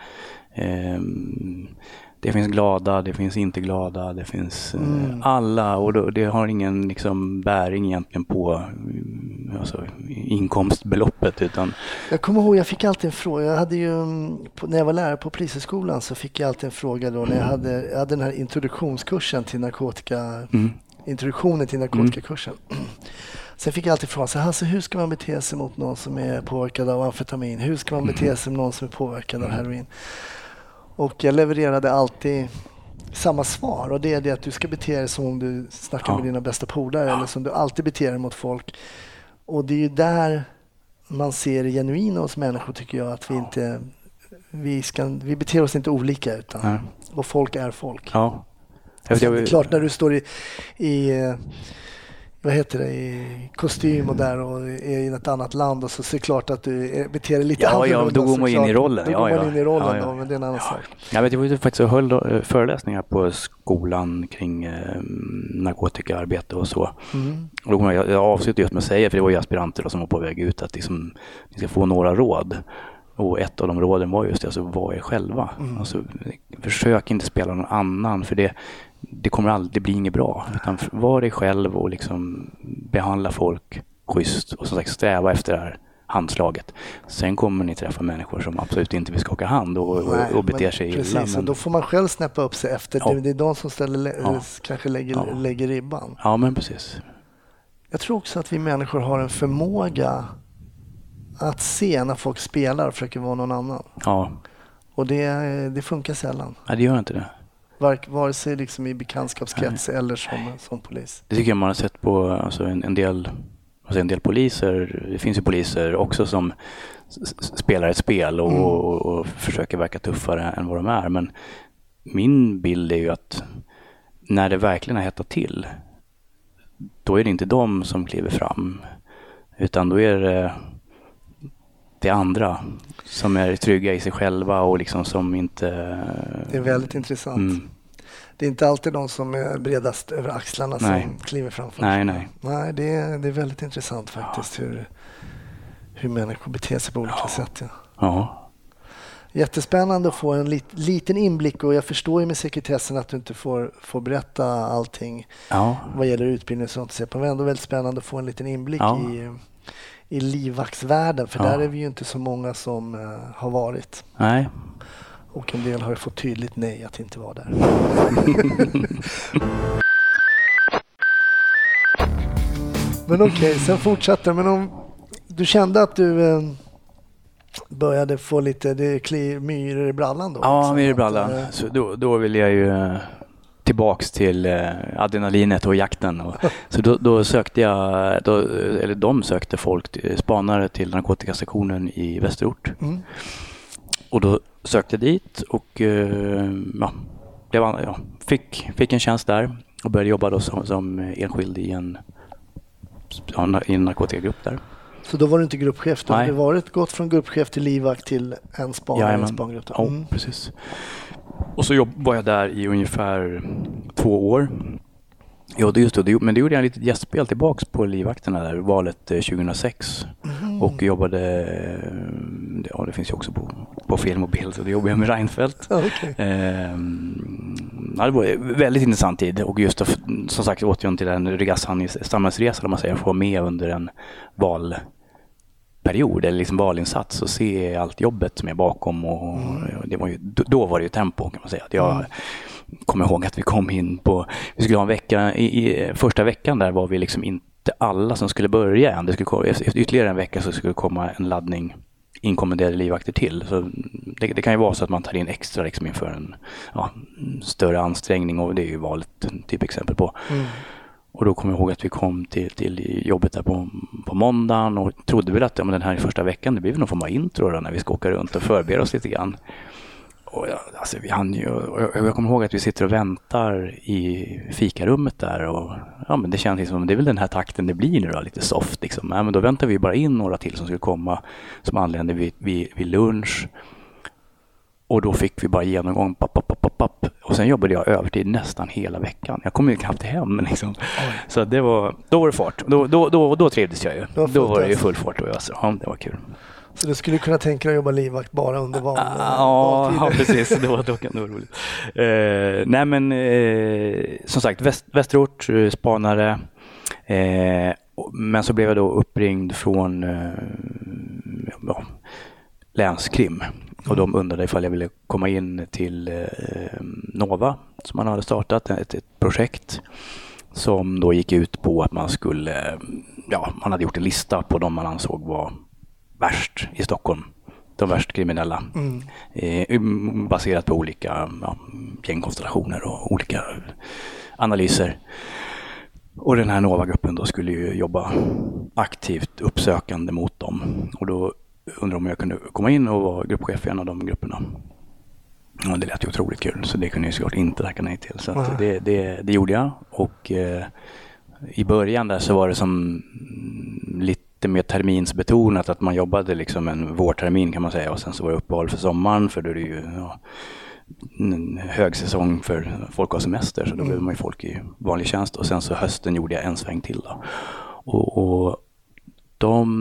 Ehm, det finns glada, det finns inte glada, det finns eh, Mm. alla. Och då, det har ingen liksom, bäring egentligen på mm, alltså, inkomstbeloppet. Utan, Jag kommer ihåg, jag fick alltid en fråga. Jag hade ju, mm, på, när jag var lärare på Polishögskolan så fick jag alltid en fråga då när jag hade, jag hade den här introduktionskursen till narkotika, mm, introduktionen till narkotikakursen. Sen fick jag alltid frågan, så här, så hur ska man bete sig mot någon som är påverkad av amfetamin? Hur ska man bete sig mot någon som är påverkad av heroin? Och jag levererade alltid samma svar, och det är det att du ska bete dig som om du snackar Ja. med dina bästa polare, eller som du alltid beter dig mot folk. Och det är ju där man ser det genuina hos människor, tycker jag, att vi inte vi, ska, vi beter oss inte olika, utan Nej. och folk är folk. ja. Jag vet, Så det är jag, klart, när du står i, i eh, vad heter det, i kostym och där och är i ett annat land, och så ser det klart att du är, beter dig lite Ja, ja, annorlunda. då går man in såklart. i rollen. Då Ja, går man ja. in i rollen Ja, ja. då, men det är en annan sak. jag vet, jag var ju faktiskt och höll då, eh, föreläsningar på skolan kring eh, narkotikaarbete och så. Mm. Och då kommer jag, jag avslutade just med att säga, för det var ju aspiranter då som var på väg ut, att liksom, ni ska få några råd. Och ett av de råden var just det, alltså var er själva. Mm. Alltså, försök inte spela någon annan, för det, det kommer aldrig, det blir inget bra. Utan var dig själv och liksom behandla folk schysst och som sagt sträva efter det här handslaget. Sen kommer ni träffa människor som absolut inte vill skaka hand och, Nej, och beter sig precis, illa. Men då får man själv snäppa upp sig efter. Ja. Det, det är de som ställer, ja. kanske lägger, ja. lägger ribban. Ja, men precis. Jag tror också att vi människor har en förmåga att se när folk spelar och försöker vara någon annan. Ja. Och det, det funkar sällan. Ja, det gör inte det. Var, vare sig liksom i bekantskapskrets Nej. eller som, som polis. Det tycker jag man har sett på alltså en, en del alltså en del poliser. Det finns ju poliser också som s- spelar ett spel och, mm. och, och försöker verka tuffare än vad de är. Men min bild är ju att när det verkligen har hettat till, då är det inte de som kliver fram, utan då är det det andra som är trygga i sig själva och liksom som inte... Det är väldigt intressant. Mm. Det är inte alltid de som är bredast över axlarna nej. som kliver framför. Nej, nej. Nej, det är, det är väldigt intressant faktiskt ja. hur, hur människor beter sig på olika ja. sätt. Ja. Ja. Jättespännande att få en lit, liten inblick, och jag förstår ju med sekretessen att du inte får, får berätta allting ja. vad gäller utbildning och sånt. Men det är ändå väldigt spännande att få en liten inblick ja. i, i livvaktsvärlden, för ja. där är vi ju inte så många som uh, har varit. Nej. Och en del har ju fått tydligt nej att inte vara där. Men okej, okay, sen fortsätter. Men om du kände att du eh, började få lite det klir, myror i brallan då? Ja, myror i brallan. Att, så då, då vill jag ju eh, tillbaks till eh, adrenalinet och jakten. Och, så då, då sökte jag, då, eller de sökte folk, spanare till narkotikasektionen i Västerort. Mm. Och då sökte jag dit och eh, ja, det var, ja, fick, fick en tjänst där och började jobba då som, som enskild i en, i en narkotikagrupp där. Så då var du inte gruppchef? Du hade varit gått från gruppchef till livvakt till en spanare i en spangrupp? Mm. Ja, precis. Och så jobbade jag där i ungefär två år. Ja, det just det. Men det gjorde jag lite gästspel tillbaks på livvakterna där, valet tjugohundrasex. Mm. Och jobbade, ja det finns ju också på, på film och bild, så det jobbade jag med Reinfeldt. Okay. Eh, ja, det var en väldigt intressant tid, och just att, som sagt åt jag till en Regassan samhällsresa, där man säger, få med under en valperiod eller liksom valinsats och se allt jobbet som är bakom, och mm. det var ju, då var det ju tempo kan man säga. Att jag mm. kommer ihåg att vi kom in på, vi skulle ha en vecka, i, i första veckan där var vi liksom inte alla som skulle börja än. Det skulle komma, efter ytterligare en vecka så skulle det komma en laddning inkommenderade livvakter till. Så det, det kan ju vara så att man tar in extra liksom inför en ja, större ansträngning, och det är ju valet typ exempel på. Mm. Och då kommer jag ihåg att vi kom till, till jobbet där på, på måndagen och trodde väl att ja, men den här första veckan det blir väl någon form av intro då, när vi ska åka runt och förbereda oss lite grann. Och jag, alltså, vi hann ju, och jag, jag kommer ihåg att vi sitter och väntar i fikarummet där, och ja, men det känns liksom, det är väl den här takten det blir nu då, lite soft liksom. Ja, men då väntar vi bara in några till som skulle komma, som anlände vid, vid, vid lunch, och då fick vi bara genomgång papp, papp, papp, papp. Och sen jobbade jag övertid nästan hela veckan. Jag kom ju knappt hem liksom. Så det var, då var det fart. Då, då, då, då trivdes jag ju. Då, då var det ju full fart, och jag, så, ja, det var kul. Så du skulle kunna tänka dig att jobba livvakt bara under val, ja, ja, precis. Det var, det var roligt. Uh, nej, men uh, som sagt, väst, Västerort, uh, spanare. Uh, men så blev jag då uppringd från uh, ja, länskrim. Och de undrade ifall jag ville komma in till uh, Nova, som man hade startat, ett, ett projekt som då gick ut på att man skulle, ja, man hade gjort en lista på de man ansåg var värst i Stockholm, de värst kriminella, mm. eh, baserat på olika ja, gängkonstellationer och olika analyser. Och den här Nova-gruppen då skulle ju jobba aktivt uppsökande mot dem, och då undrade om jag kunde komma in och vara gruppchef i en av de grupperna. Och det lät ju otroligt kul, så det kunde jag såklart inte tacka nej till, så att det, det, det gjorde jag. Och eh, i början där så var det som lite mer terminsbetonat, att man jobbade liksom en vårtermin kan man säga, och sen så var det uppehåll för sommaren, för då är det ju ja, en högsäsong för folk har semester, så då behöver man ju folk i vanlig tjänst. Och sen så hösten gjorde jag en sväng till då. Och, och de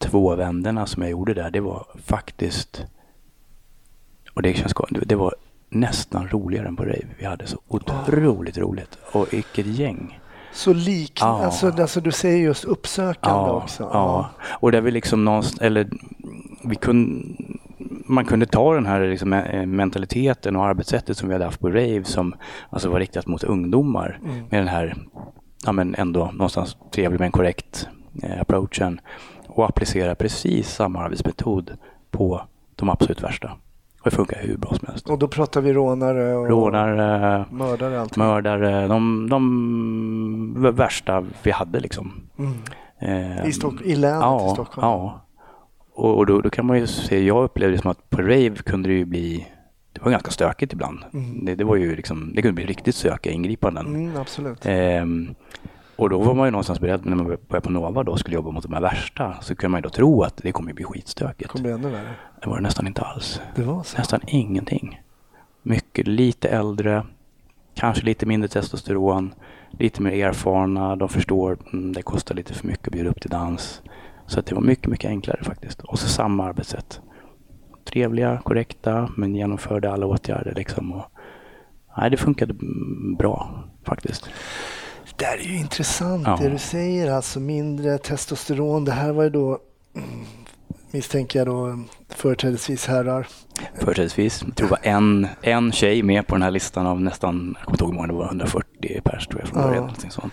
två vänderna som jag gjorde där, det var faktiskt, och det känns gott, det var nästan roligare än på rave. Vi hade så otroligt roligt. Och vilket gäng. Så lik, ja. alltså, alltså du säger just uppsökande ja, också. Ja. ja, och där vi liksom någonstans, eller vi kunde, man kunde ta den här liksom mentaliteten och arbetssättet som vi hade haft på rave som alltså var riktat mot ungdomar mm. med den här, ja men ändå någonstans trevlig men korrekt eh, approachen och applicera precis samma arbetsmetod på de absolut värsta. Och det funkar hur bra som helst. Och då pratar vi rånare och rånare, mördare. Alltid. Mördare, de, de värsta vi hade liksom. Mm. Eh, I, Stock- I länet ja, i Stockholm. Ja, och, och då, då kan man ju se, jag upplevde det som att på rave kunde det ju bli, det var ganska stökigt ibland. Mm. Det, det var ju liksom, det kunde bli riktigt söka ingripanden. Mm, absolut. Eh, och då var man ju någonstans beredd, när man började på Nova då skulle jobba mot de här värsta, så kunde man ju då tro att det kommer bli skitstökigt. Kommer det ännu värre? Det var det nästan inte alls. Det var så? Nästan ingenting. Mycket, lite äldre, kanske lite mindre testosteron, lite mer erfarna, de förstår mm, det kostar lite för mycket att bjuda upp till dans. Så att det var mycket, mycket enklare faktiskt. Och så samma arbetssätt. Trevliga, korrekta, men genomförde alla åtgärder liksom. Och, nej, det funkade bra faktiskt. Det här är ju intressant ja. det du säger, alltså mindre testosteron. Det här var ju då, misstänker jag då, företrädesvis herrar. Företrädesvis. Jag tror det var en, en tjej med på den här listan av nästan, jag kommer inte ihåg hur många, det var hundrafyrtio pers tror jag från början. Ja. Sånt.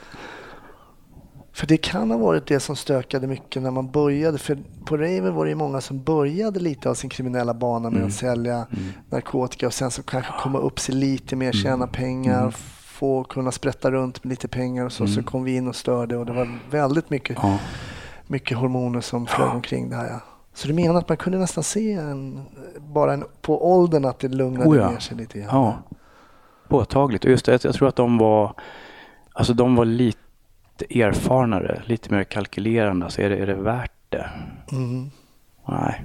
För det kan ha varit det som stökade mycket när man började. För på rave var det ju många som började lite av sin kriminella bana med mm. att sälja mm. narkotika och sen så kanske komma upp sig lite mer, tjäna mm. pengar, mm. få kunna sprätta runt med lite pengar och så. Mm. Så kom vi in och störde och det var väldigt mycket, ja. mycket hormoner som flög ja. omkring det här. Ja. Så du menar att man kunde nästan se en, bara en, på åldern att det lugnade oh ja. ner sig lite grann? Ja, påtagligt. Och just det, jag tror att de var, alltså de var lite erfarnare, lite mer kalkylerande. Så är det, är det värt det? Mm. Nej.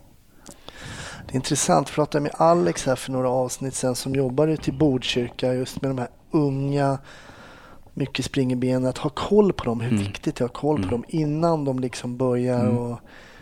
Det är intressant. Jag pratade med Alex här för några avsnitt sedan som jobbade till Botkyrka just med de här unga, mycket springerben, att ha koll på dem. Hur mm. viktigt det är att ha koll på mm. dem innan de liksom börjar mm. och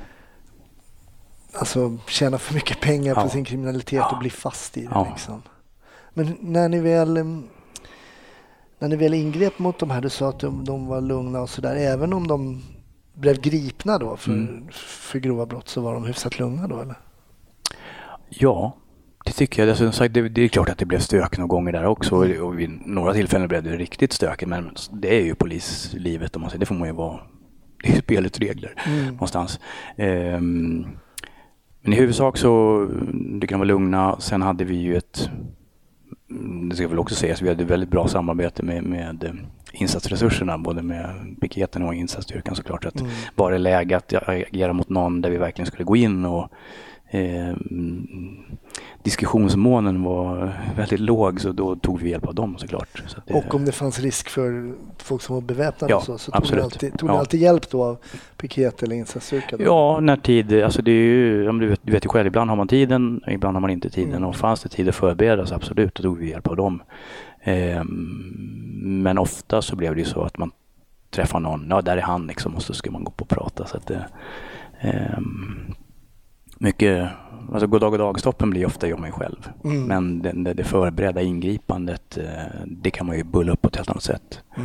alltså tjäna för mycket pengar ja. på sin kriminalitet ja. och bli fast i det. Ja. Liksom. Men när ni väl när ni väl ingrep mot de här, du sa att de, de var lugna och sådär, även om de blev gripna då för, mm. för grova brott, så var de hyfsat lugna då, eller? Ja, det tycker jag. Alltså, det, det är klart att det blev stök några gånger där också. Mm. Och vid några tillfällen blev det riktigt stökigt. Men det är ju polislivet. Om man säger. Det får man ju vara. Det är spelets regler mm. någonstans. Um, men i huvudsak så det kan vara lugna. Sen hade vi ju ett, det ska jag väl också säga, så vi hade väldigt bra samarbete med, med insatsresurserna, både med piketen och insatsstyrkan såklart. Att mm. var det läge att agera mot någon där vi verkligen skulle gå in och Eh, diskussionsmånen var väldigt låg, så då tog vi hjälp av dem såklart. Så att det, och om det fanns risk för folk som var beväpnade ja, och så, så tog absolut. ni alltid, tog ja. ni alltid hjälp då av piket eller insatsstyrka? Ja, när tid, alltså det är ju, du vet, du vet ju själv, ibland har man tiden, ibland har man inte tiden. Mm. Och fanns det tid att förbereda så absolut, då tog vi hjälp av dem. Eh, men ofta så blev det ju så att man träffar någon, ja där är han liksom, och så ska man gå på och prata. Så att det, eh, mycket, alltså god dag och dagstoppen blir ofta jag mig själv. Mm. Men det, det, det förberedda ingripandet, det kan man ju bulla upp på ett helt annat sätt. Mm.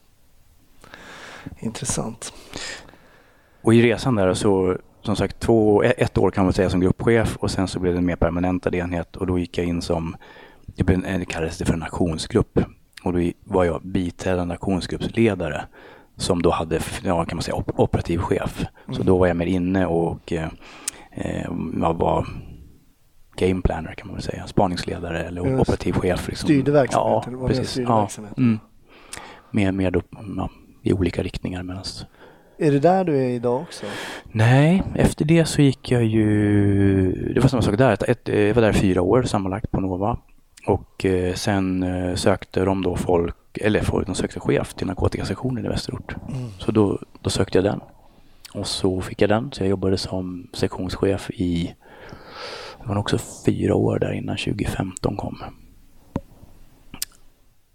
Intressant. Och i resan där så, som sagt, två, ett år kan man säga som gruppchef, och sen så blev det en mer permanentad enhet, och då gick jag in som, det kallades det för en aktionsgrupp, och då var jag biträdande aktionsgruppsledare som då hade, ja, kan man säga, operativ chef. Mm. Så då var jag mer inne och jag var game planner kan man väl säga, spaningsledare eller Just. operativ chef. Liksom. Styrde verksamheten? Ja, precis. Ja. Mm. Mer, mer då, ja, i olika riktningar. Medans... Är det där du är idag också? Nej, efter det så gick jag ju, det var samma sak där, ett, ett, jag var där fyra år sammanlagt på Nova, och eh, sen eh, sökte de då folk, eller folk, de sökte chef till narkotikasektionen i Västerort. Mm. Så då, då sökte jag den. Och så fick jag den, så jag jobbade som sektionschef i, det var också fyra år där innan tjugo femton kom.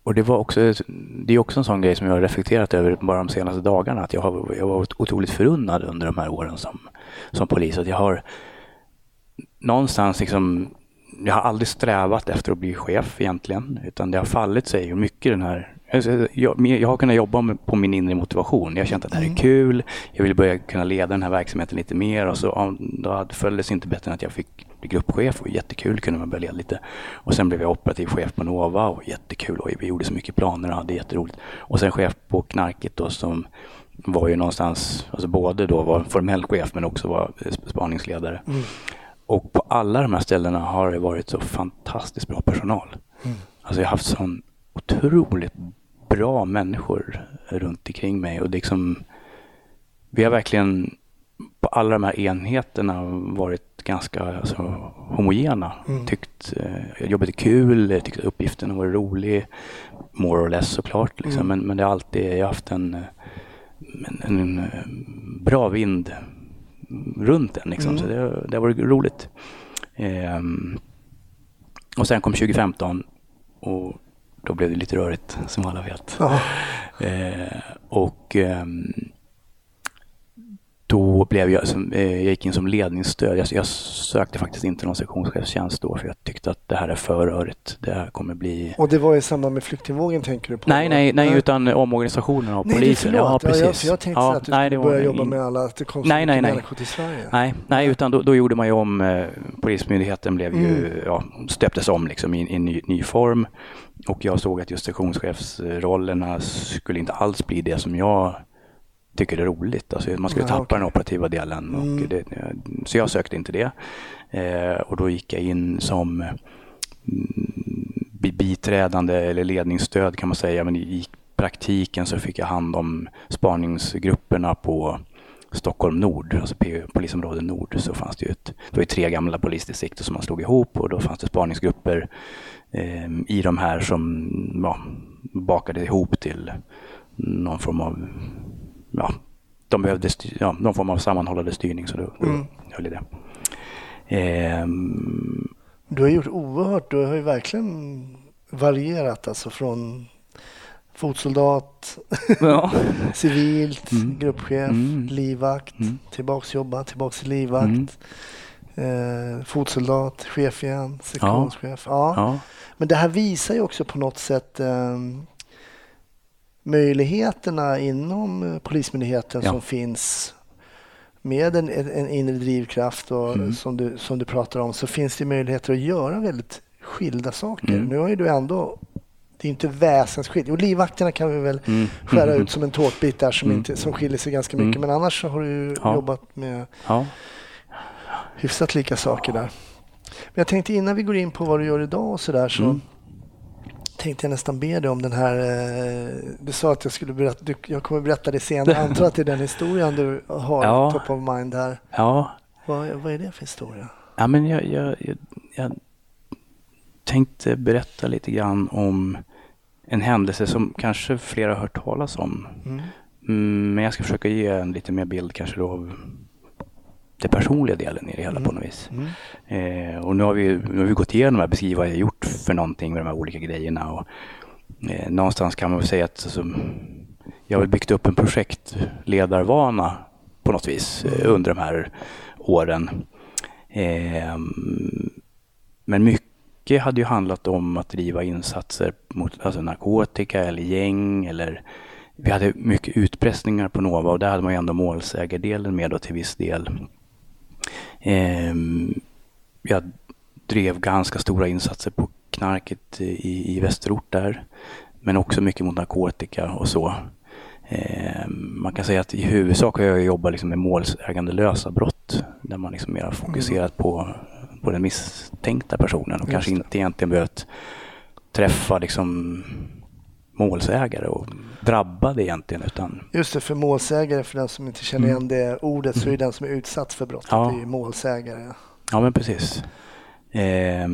och det var också, det är också en sån grej som jag har reflekterat över bara de senaste dagarna. Att jag har, jag har varit otroligt förunnad under de här åren som, som polis. Att jag har någonstans liksom, jag har aldrig strävat efter att bli chef egentligen. Utan det har fallit sig och mycket den här, jag, jag har kunnat jobba med, på min inre motivation. Jag har känt att det här är kul. Jag vill börja kunna leda den här verksamheten lite mer. Och så då följdes inte bättre än att jag fick bli gruppchef. Och jättekul kunde man börja leda lite. Och sen blev jag operativ chef på Nova. Och jättekul. Och vi gjorde så mycket planer och hade jätteroligt. Och sen chef på Knarket då, som var ju någonstans, alltså både då var formell chef men också var spaningsledare. Mm. Och på alla de här ställena har det varit så fantastiskt bra personal. Mm. Alltså jag har haft sån otroligt bra människor runt omkring mig. Och liksom, vi har verkligen på alla de här enheterna varit ganska alltså, homogena. Mm. Tyckt eh, jobbet är kul, tyckt uppgiften var rolig, more or less såklart. Liksom. Mm. Men, men det har alltid, jag har haft en, en, en bra vind runt den. Liksom. Mm. Så det, det har varit roligt. Eh, och sen kom tjugo femton och då blev det lite rörigt, som alla vet. Eh, och eh, då blev jag, som, eh, jag gick in som ledningsstöd. Jag, jag sökte faktiskt inte någon sektionschefstjänst då, för jag tyckte att det här är för rörigt. Det här kommer bli... Och det var i samband med flyktingvågen, tänker du på? Nej, nej, nej, utan omorganisationen av nej, polisen. Ja, precis. Ja, jag, jag tänkte ja, att du nej, skulle börja jobba in... med alla, att det kom så nej, nej, nej. människor till Sverige. Nej, nej utan då, då gjorde man ju om, eh, polismyndigheten blev ju, mm. ja, stöptes om liksom i en ny, ny form. Och jag såg att just sektionschefsrollerna skulle inte alls bli det som jag tycker är roligt. Alltså man skulle ja, tappa okay. den operativa delen. Och mm. det, så jag sökte inte det. Eh, och då gick jag in som biträdande eller ledningsstöd kan man säga. Men i praktiken så fick jag hand om spaningsgrupperna på Stockholm Nord, alltså polisområde Nord. Så fanns det ju ett, det var ju tre gamla polisdistrikt som man slog ihop, och då fanns det spaningsgrupper eh, i de här som ja, bakade ihop till någon form av ja, de behövde styr, ja, någon form av sammanhållande styrning, så då, då mm. höll det. Eh, du har gjort oerhört, du har ju verkligen varierat, alltså från fotsoldat, ja. civilt, mm. gruppchef, mm. livvakt, mm. tillbaks jobba, tillbaks till livvakt, mm. eh, fotsoldat, chef igen, sektionschef. Ja. Ja. Ja. Men det här visar ju också på något sätt eh, möjligheterna inom polismyndigheten ja. som finns med en, en inre drivkraft och mm. som, du, som du pratar om, så finns det möjligheter att göra väldigt skilda saker. Mm. Nu har ju du ändå, det är inte väsensskilt. Och livvakterna kan vi väl mm. skära ut som en tårtbit där som, mm. inte, som skiljer sig ganska mycket. Mm. Men annars så har du ju ja. jobbat med ja. hyfsat lika saker där. Men jag tänkte innan vi går in på vad du gör idag och sådär, så mm. tänkte jag nästan be dig om den här, eh, du sa att jag skulle berätta, du, jag kommer berätta det senare, jag antar att det är den historien du har ja. top of mind här. Ja. Vad, vad är det för historia? Ja, men jag, jag, jag, jag tänkte berätta lite grann om en händelse som kanske flera har hört talas om. Mm. Mm, men jag ska försöka ge en lite mer bild kanske då av den personliga delen i det hela mm. på något vis. Mm. Eh, och nu har, vi, nu har vi gått igenom att beskriva vad jag gjort för någonting med de här olika grejerna. Och, eh, någonstans kan man väl säga att alltså, jag har byggt upp en projektledarvana på något vis eh, under de här åren. Eh, men mycket hade ju handlat om att driva insatser mot alltså narkotika eller gäng, eller vi hade mycket utpressningar på Nova, och där hade man ju ändå målsägardelen med då till viss del. Eh, jag drev ganska stora insatser på knarket i, i Västerort där, men också mycket mot narkotika och så. Eh, man kan säga att i huvudsak har jag jobbat liksom med målsägandelösa brott, där man liksom mer har fokuserat på, på den misstänkta personen och kanske inte egentligen behövt träffa liksom målsägare och drabbade egentligen, utan... Just det, för målsägare, för den som inte känner igen det ordet, så är den som är utsatt för brottet ja. är målsägare. Ja, men precis. Eh,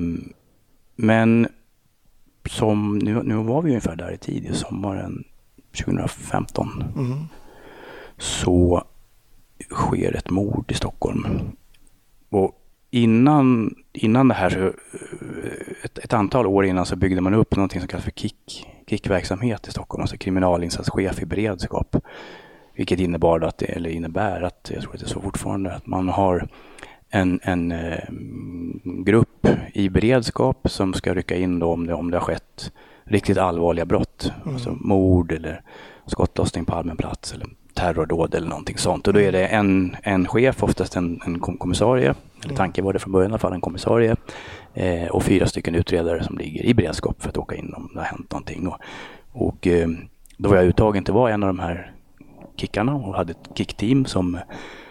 men som nu, nu var vi ungefär där i tid, i sommaren tjugo femton, mm. så sker ett mord i Stockholm. Och innan, innan det här, så, ett, ett antal år innan, så byggde man upp någonting som kallas för kick, kickverksamhet i Stockholm, alltså kriminalinsatschef i beredskap. Vilket innebar att det, eller innebär att, jag tror att det är så fortfarande, att man har en, en eh, grupp i beredskap som ska rycka in då om det, om det har skett riktigt allvarliga brott. Mm. Alltså mord eller skottlossning på allmän plats eller terrordåd eller någonting sånt. Och då är det en, en chef, oftast en, en kommissarie, eller tanken var det från början i alla fall, en kommissarie, eh, och fyra stycken utredare som ligger i beredskap för att åka in om det har hänt någonting. Och, och eh, då var jag uttagen till att vara en av de här kickarna och hade ett kickteam som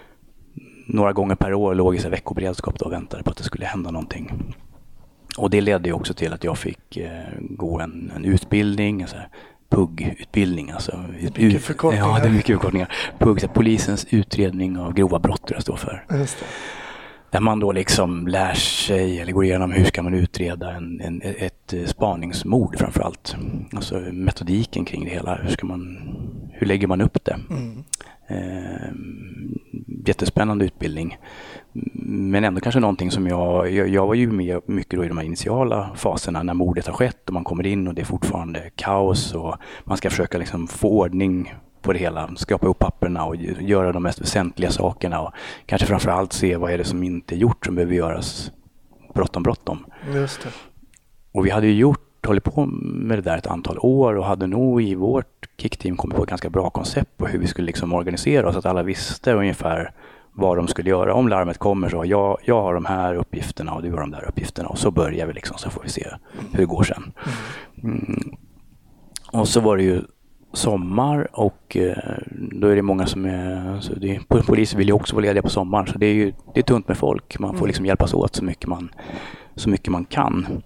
några gånger per år låg i veckoberedskap och väntade på att det skulle hända någonting. Och det ledde ju också till att jag fick eh, gå en, en utbildning, alltså P U G-utbildning. Alltså, mycket ut, förkortningar. Ja, det är mycket förkortningar. P U G, så polisens utredning av grova brott, det står för. Just det. Där man då liksom lär sig eller går igenom hur ska man utreda en, en, ett spaningsmord framförallt. Alltså metodiken kring det hela. Hur, ska man, hur lägger man upp det? Mm. Eh, jättespännande utbildning. Men ändå kanske någonting som jag, jag, jag var ju med mycket då i de här initiala faserna när mordet har skett och man kommer in och det är fortfarande kaos och man ska försöka liksom få ordning på det hela, skrapa ihop papperna och göra de mest väsentliga sakerna och kanske framförallt se vad är det som inte är gjort som behöver göras bråttom bråttom. Just det. Och vi hade ju gjort, hållit på med det där ett antal år och hade nog i vårt kickteam kommit på ett ganska bra koncept på hur vi skulle liksom organisera oss, att alla visste ungefär vad de skulle göra. Om larmet kommer så jag, jag har de här uppgifterna och du har de där uppgifterna och så börjar vi liksom, så får vi se hur det går sen. Mm. Och så var det ju sommar och eh, då är det många som är, alltså det, poliser vill ju också vara lediga på sommaren så det är ju det är tunt med folk. Man får liksom hjälpas åt så mycket man, så mycket man kan.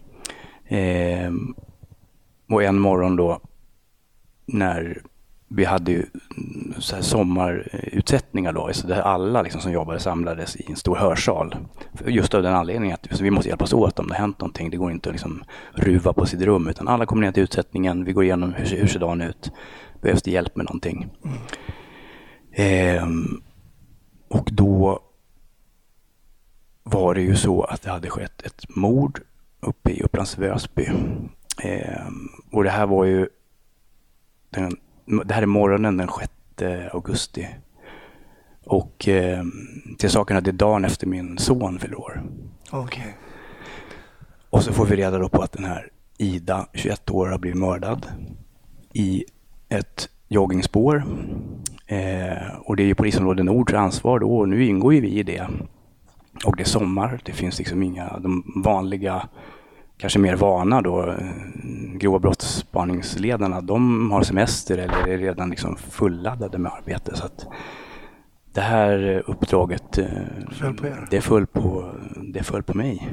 Eh, och en morgon då när vi hade ju så här sommarutsättningar då, så där alla liksom som jobbade samlades i en stor hörsal. Just av den anledningen att vi måste hjälpas åt om det har hänt någonting. Det går inte att liksom ruva på sitt rum utan alla kommer ner till utsättningen. Vi går igenom hur, hur ser dagen ut. Behövs det hjälp med någonting? Mm. Ehm, och då var det ju så att det hade skett ett mord uppe i Upplands Väsby. Ehm, och det här var ju den Det här är morgonen den sjätte augusti. Och eh, till saken hade dagen efter min son fyllde år. Okej. Okay. Och så får vi reda då på att den här Ida, tjugoett år, har blivit mördad i ett joggingspår. Eh, och det är ju polisområde Nords ansvar då. Och nu ingår ju vi i det. Och det är sommar. Det finns liksom inga, de vanliga, kanske mer vana då, grova brottsspaningsledarna, de har semester eller är redan liksom fulladdade med arbete. Så att det här uppdraget, föll på er. det föll på, det föll på mig.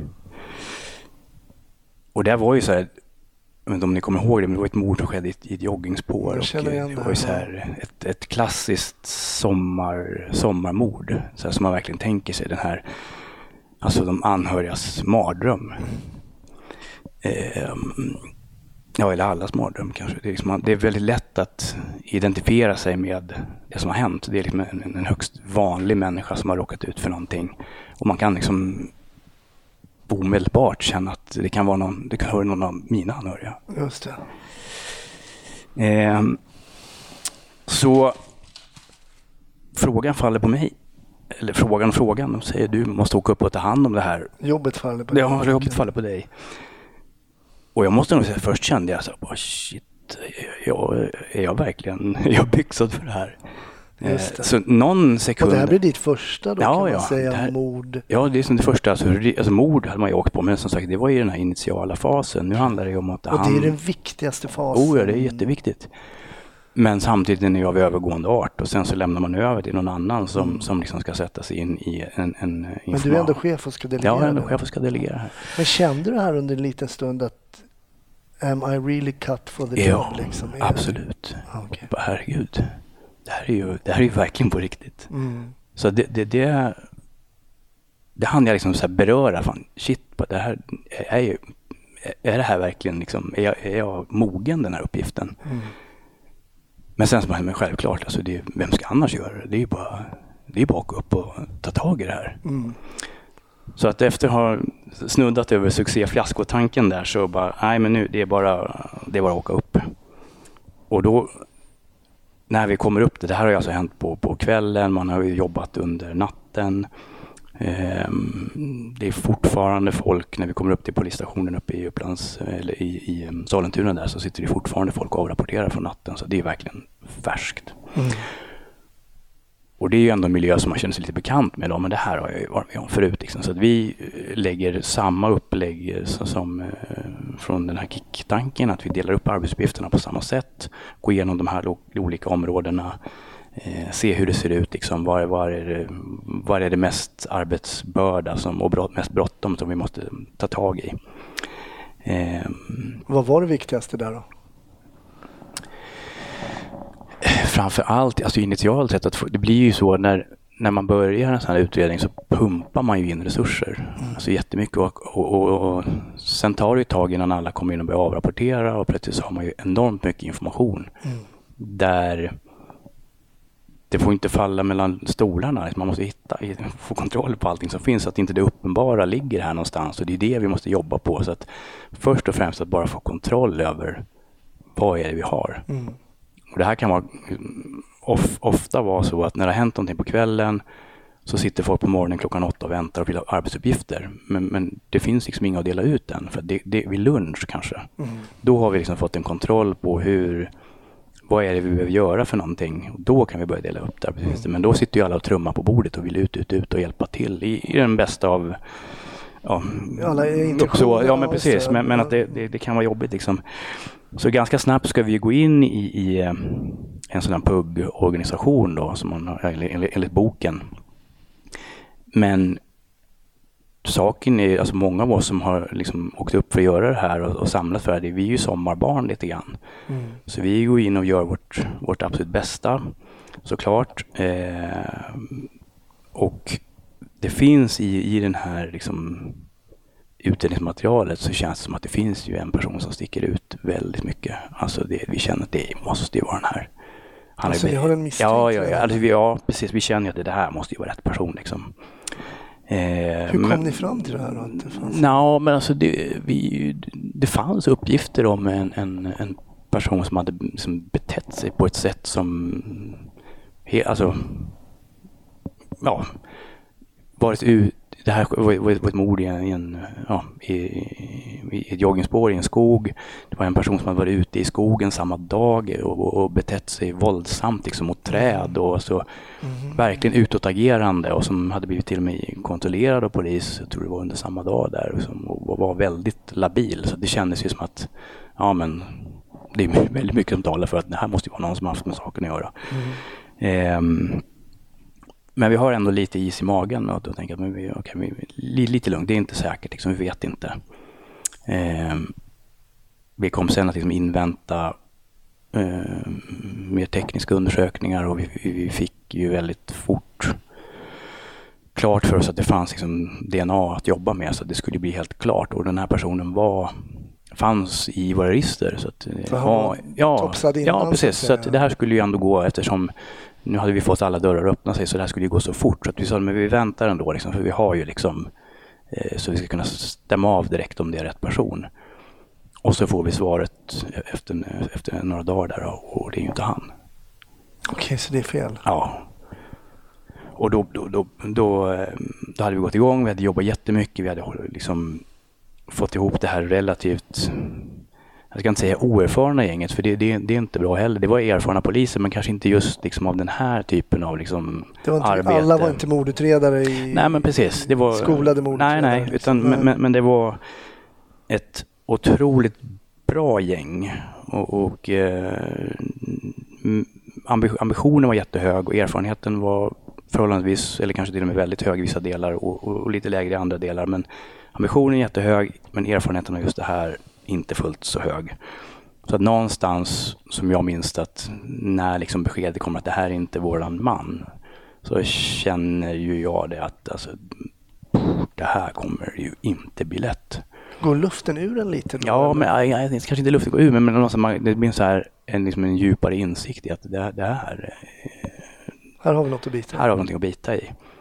Och det var ju så här, jag vet inte om ni kommer ihåg det, men det var ett mord som skedde i ett, i ett joggingspår. Och det var ju så här ett, ett klassiskt sommar, sommarmord. Så här som man verkligen tänker sig, den här, alltså de anhörigas mardröm. Eh, ja, eller allas mardröm kanske. Det är, liksom, det är väldigt lätt att identifiera sig med det som har hänt. Det är liksom en, en högst vanlig människa som har råkat ut för någonting. Och man kan liksom omedelbart känna att det kan vara någon, det kan vara någon av mina anhöriga. Just det. Eh, så frågan faller på mig. Eller frågan frågan. De säger du måste åka upp och ta hand om det här. Jobbet faller på dig. Ja, jobbet faller på dig. Och jag måste nog säga, först kände jag så här, shit, jag, är jag verkligen, är jag byxad för det här? Just det. Så någon sekund... Och det här blir ditt första då, ja, kan man ja, säga, det här, mord? Ja, det är som det första. Alltså, alltså mord hade man ju åkt på, men som sagt, det var ju den här initiala fasen. Nu handlar det ju om att... Och han... det är den viktigaste fasen. Oh ja, det är jätteviktigt. Men samtidigt är det ju av övergående art och sen så lämnar man över till någon annan som, mm. som liksom ska sätta sig in i en, en Men du är ändå chef och ska delegera? Ja, jag är ändå chef och ska delegera här. Men kände du här under en liten stund att am I really cut for the ja, job? Liksom? Absolut. Okay. Herregud. Det här är ju, det här är ju verkligen på riktigt. Mm. Så det, det, det, det hann jag liksom så här beröra. Fan, shit, det här är ju, är det här verkligen liksom, är jag, är jag mogen den här uppgiften? Mm. Men sen som men självklart, alltså det, vem ska annars göra det? Det är ju bara, det är bara att gå upp och ta tag i det här. Mm. Så att efter att ha snuddat över succéfiaskotanken där så bara, nej men nu det är bara, det är bara att åka upp. Och då när vi kommer upp det, det här har ju alltså hänt på, på kvällen, man har ju jobbat under natten. Det är fortfarande folk, när vi kommer upp till polisstationen uppe i Upplands, eller i, i Sollentuna där, så sitter det fortfarande folk och avrapporterar från natten, så det är verkligen färskt. Mm. Och det är ju ändå en miljö som man känner sig lite bekant med då, men det här har jag ju varit med om förut liksom. Så att vi lägger samma upplägg som eh, från den här kicktanken, att vi delar upp arbetsuppgifterna på samma sätt, går igenom de här lo- olika områdena, eh, se hur det ser ut liksom, var, var, är det, var är det mest arbetsbörda som, och brott, mest bråttom som vi måste ta tag i. Eh, Vad var det viktigaste där då? Framför allt, alltså initialt sett, att det blir ju så när, när man börjar en sån här utredning så pumpar man ju in resurser. Mm. Alltså jättemycket och, och, och, och sen tar det ett tag innan alla kommer in och börjar avrapportera och plötsligt så har man ju enormt mycket information. Mm. Där det får inte falla mellan stolarna. Man måste hitta, få kontroll på allting som finns så att inte det uppenbara ligger här någonstans, och det är det vi måste jobba på. Så att först och främst att bara få kontroll över vad är det vi har. Mm. Och det här kan vara of, ofta vara så att när det har hänt någonting på kvällen så sitter folk på morgonen klockan åtta och väntar och vill ha arbetsuppgifter. Men, men det finns liksom inga att dela ut än. För det, det, vid lunch kanske. Mm. Då har vi liksom fått en kontroll på hur, vad är det vi behöver göra för någonting. Och då kan vi börja dela upp det. Mm. Men då sitter ju alla och trummar på bordet och vill ut, ut, ut och hjälpa till. I, i den bästa av... Ja, alla är så, ja men precis. Men, men att det, det, det kan vara jobbigt liksom. Så ganska snabbt ska vi gå in i, i en sån här P U G-organisation då, som man har, enligt, enligt boken. Men saken är, alltså många av oss som har liksom åkt upp för att göra det här och, och samlat för det, vi är ju sommarbarn lite grann. Mm. Så vi går in och gör vårt, vårt absolut bästa, såklart. Eh, och det finns i, i den här liksom utredningsmaterialet så känns det som att det finns ju en person som sticker ut väldigt mycket. Alltså det, vi känner att det måste ju vara den här. Han alltså är, ni har en misstänkt? Ja, ja, ja, alltså vi, ja, precis. Vi känner ju att det här måste ju vara rätt person liksom. Eh, Hur kom men, ni fram till det här då? Att det fanns? No, men alltså det, vi, det fanns uppgifter om en, en, en person som hade som betett sig på ett sätt som he, alltså ja, varit ut. Det här var ett mord i en, ja, i, i ett joggingspår i en skog. Det var en person som hade varit ute i skogen samma dag och, och betett sig våldsamt liksom mot träd och så mm. verkligen utåtagerande, och som hade blivit till och med kontrollerad av polis, jag tror det var under samma dag där, och, och var väldigt labil. Så det kändes ju som att ja, men det är väldigt mycket som talar för att det här måste ju vara någon som har haft med saken att göra. Mm. Ehm, Men vi har ändå lite is i magen och då tänker jag att vi, okay, vi, lite lugnt, det är inte säkert, liksom, vi vet inte. Eh, vi kom sen att liksom invänta eh, mer tekniska undersökningar, och vi, vi fick ju väldigt fort klart för oss att det fanns liksom D N A att jobba med, så det skulle bli helt klart, och den här personen var fanns i våra register, så att ja, ja, ja precis, så att det här skulle ju ändå gå, eftersom nu hade vi fått alla dörrar att öppna sig, så det här skulle ju gå så fort, så att vi sa, men vi väntar ändå liksom, för vi har ju liksom eh, så vi ska kunna stämma av direkt om det är rätt person. Och så får vi svaret efter, efter några dagar där, och det är ju inte han. Okej, okay, så det är fel. Ja. Och då, då, då, då, då hade vi gått igång, vi hade jobbat jättemycket, vi hade liksom fått ihop det här relativt, jag ska inte säga oerfarna gänget, för det, det, det är inte bra heller. Det var erfarna poliser, men kanske inte just liksom av den här typen av liksom det var inte, arbete. Alla var inte mordutredare i, nej, men precis. Det var, skolade mordutredare. Nej, nej, utan, men, men, men det var ett otroligt bra gäng, och, och eh, ambitionen var jättehög och erfarenheten var förhållandevis, eller kanske till och med väldigt hög i vissa delar, och, och, och lite lägre i andra delar, men ambitionen är jättehög, men erfarenheten av just det här inte fullt så hög. Så att någonstans, som jag minns, att när liksom beskedet kommer att det här är inte våran man, så känner ju jag det att alltså, det här kommer ju inte bli lätt. Går luften ur en lite då? Ja, men jag, jag, kanske inte luften går ur, men, men man, det blir så här en, liksom en djupare insikt i att det, det här här har vi något att bita i. Här har vi något att bita i.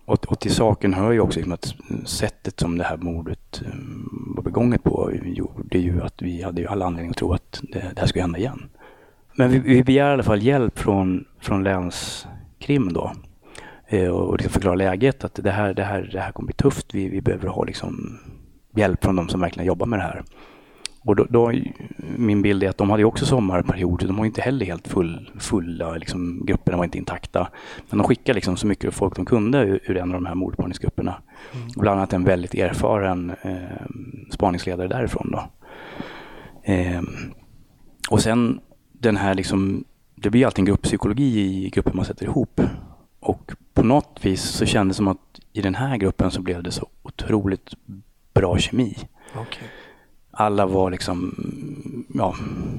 och, och till saken hör ju också liksom att sättet som det här mordet var begånget på gjorde ju att vi hade ju alla anledning att tro att det, det här skulle hända igen. Men vi, vi begär i alla fall hjälp från, från länskrim då. Eh, och liksom förklara läget att det här, det här, det här kommer bli tufft. Vi, vi behöver ha liksom hjälp från de som verkligen jobbar med det här. Och då, då, min bild är att de hade ju också sommarperioder. De var inte heller helt full, fulla, liksom, grupperna var inte intakta. Men de skickade liksom så mycket folk de kunde ur, ur en av de här mordparningsgrupperna. Mm. Bland annat en väldigt erfaren eh, spaningsledare därifrån då. Eh, och sen den här liksom, det blir alltid en grupppsykologi i gruppen man sätter ihop. Och på något vis så kändes det som att i den här gruppen så blev det så otroligt bra kemi. Okay. Alla var liksom, ja,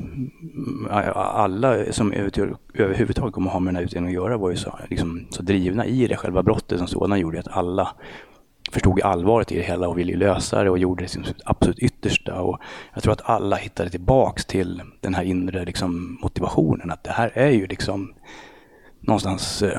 alla som överhuvudtaget kommer ha med den här utredningen att göra var ju så, liksom, så drivna i det. Själva brottet som sådan gjorde att alla förstod allvaret i det hela och ville lösa det och gjorde det sin absolut yttersta. Och jag tror att alla hittade tillbaks till den här inre liksom, motivationen. Att det här är ju liksom någonstans eh,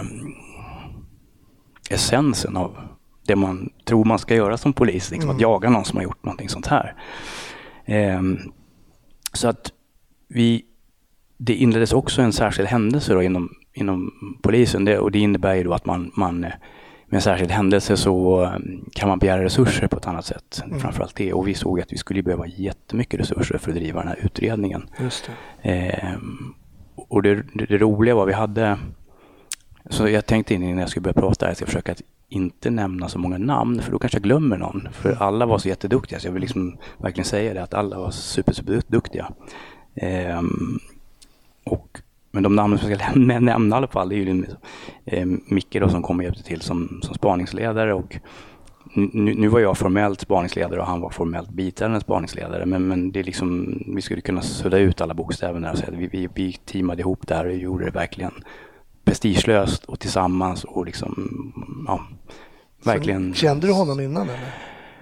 essensen av det man tror man ska göra som polis. Liksom, mm. Att jaga någon som har gjort någonting sånt här. Eh, så att vi, det inleddes också en särskild händelse då inom, inom polisen. Det, och det innebär ju då att man, man med en särskild händelse så kan man begära resurser på ett annat sätt. Mm. Framförallt det. Och vi såg att vi skulle behöva jättemycket resurser för att driva den här utredningen. Just det. Eh, och det, det, det roliga var vi hade... Så jag tänkte innan jag skulle börja prata här att jag försöka att inte nämna så många namn, för då kanske jag glömmer någon. För alla var så jätteduktiga, så jag vill liksom verkligen säga det, att alla var super, super duktiga. Eh, och, men de namn som jag ska nämna i alla fall, det är ju eh, Micke då, som kom och hjälpte till som, som spaningsledare. Och nu, nu var jag formellt spaningsledare och han var formellt biträdande spaningsledare. Men, men det är liksom, vi skulle kunna sudda ut alla bokstäverna och säga att vi, vi, vi teamade ihop där och gjorde det verkligen prestigelöst och tillsammans och liksom, ja, verkligen. Så, kände du honom innan eller?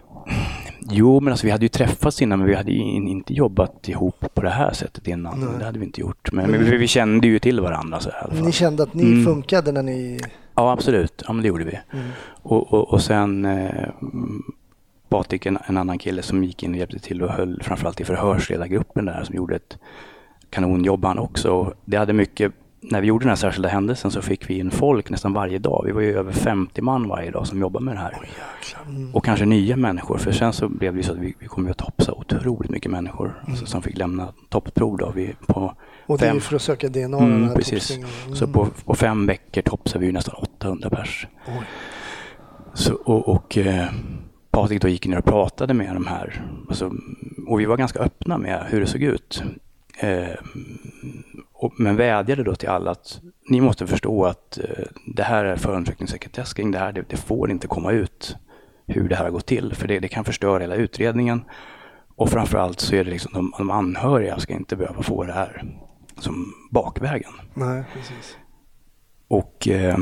Jo, men alltså vi hade ju träffats innan, men vi hade ju inte jobbat ihop på det här sättet innan. Nej. Det hade vi inte gjort. Men, men vi, vi kände ju till varandra. Så här, i alla fall. Ni kände att ni mm. funkade när ni... Ja, absolut. Ja, men det gjorde vi. Mm. Och, och, och sen eh, Patrik, en, en annan kille som gick in och hjälpte till och höll framförallt i förhörsledargruppen där, som gjorde ett kanonjobb han också. Det hade mycket... När vi gjorde den här särskilda händelsen så fick vi in folk nästan varje dag. Vi var ju över femtio man varje dag som jobbade med det här. Mm. Och kanske nya människor. För sen så blev det så att vi, vi kom att topsa otroligt mycket människor. Mm. Alltså, som fick lämna toppprov då. Vi på och det fem... är för att söka D N A. Mm, precis. Mm. Så på, på fem veckor topsade vi nästan åttahundra pers. Oj. Så, och och eh, Patrik då gick in och pratade med de här. Alltså, och vi var ganska öppna med hur det såg ut. Eh, och, men vädjade då till alla att ni måste förstå att eh, det här är förundersökningssekretess kring det här. Det, det får inte komma ut hur det här har gått till. För det, det kan förstöra hela utredningen. Och framförallt så är det liksom de, de anhöriga ska inte behöva få det här som bakvägen. Nej, precis. Och eh,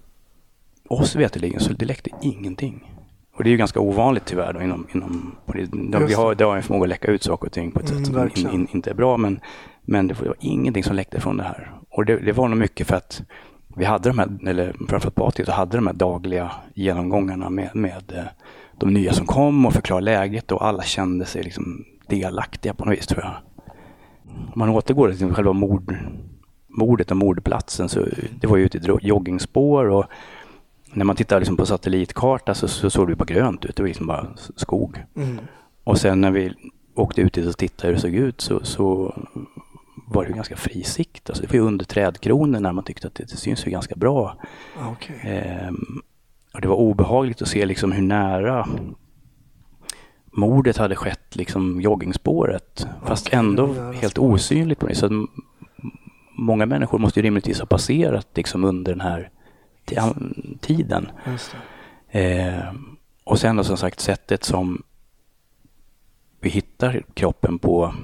oss veteligen så det läckte ingenting. Och det är ju ganska ovanligt tyvärr då, inom, inom de, vi har, det har en förmåga att läcka ut saker och ting på ett mm, sätt som in, in, inte är bra, men, men det var ingenting som läckte från det här. Och det, det var nog mycket för att vi hade de här, eller framförallt Patrik, så hade de här dagliga genomgångarna med, med de nya som kom och förklarade läget, och alla kände sig liksom delaktiga på något vis, tror jag. Om man återgår till själva mord, mordet och mordplatsen, så det var ju ute i joggingspår, och när man tittar liksom på satellitkarta så, så såg det bara grönt ut. Det var liksom bara skog. Mm. Och sen när vi åkte ut dit och tittade hur det såg ut så, så var det ju ganska fri sikt. Alltså det var ju under trädkronen när man tyckte att det, det syns ju ganska bra. Okay. Ehm, och det var obehagligt att se liksom hur nära mordet hade skett, liksom joggingspåret. Fast okay, ändå helt osynligt på det. Så att m- många människor måste ju rimligtvis ha passerat liksom under den här tiden. Just det. Eh, och sen då som sagt sättet som vi hittar kroppen på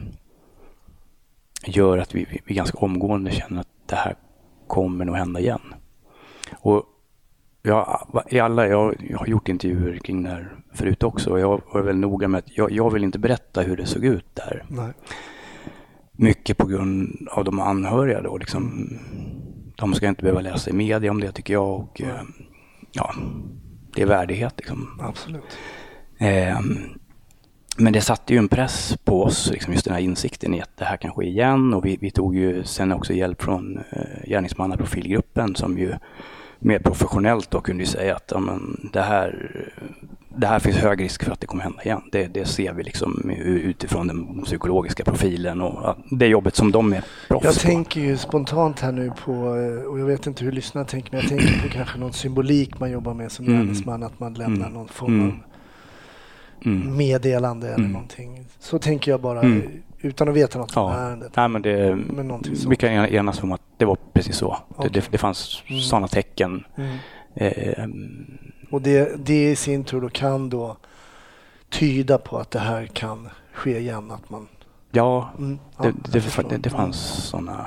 gör att vi, vi, vi ganska omgående känner att det här kommer nog hända igen. Och jag, i alla, jag, jag har gjort intervjuer kring det här förut också, och jag var väl noga med att jag, jag vill inte berätta hur det såg ut där. Nej. Mycket på grund av de anhöriga då liksom. De ska inte behöva läsa i media om det, tycker jag. Och, ja. det är värdighet liksom. Absolut. Eh, men det satte ju en press på oss, liksom just den här insikten i att det här kan ske igen. Och vi, vi tog ju sen också hjälp från eh, gärningsmannaprofilgruppen som ju mer professionellt då kunde ju säga att ja, men det, här, det här finns hög risk för att det kommer hända igen. Det, det ser vi liksom utifrån den psykologiska profilen och ja, det jobbet som de är proffs Jag på. tänker ju spontant här nu på, och jag vet inte hur lyssnarna tänker, men jag tänker på kanske någon symbolik man jobbar med som Mm. gärningsman, att man lämnar Mm. någon form av Mm. Mm. meddelande eller Mm. någonting. Så tänker jag bara, Mm. utan att veta något om Ja. ärendet. Nej, men det, Men någonting sånt. vi kan enas om att det var precis så. Okej. Det, det, det fanns Mm. sådana tecken. Mm. Eh, Och det, det i sin tur då kan då tyda på att det här kan ske igen. Att man, ja, mm, ja, det, jag det, förstår. det, det fanns sådana.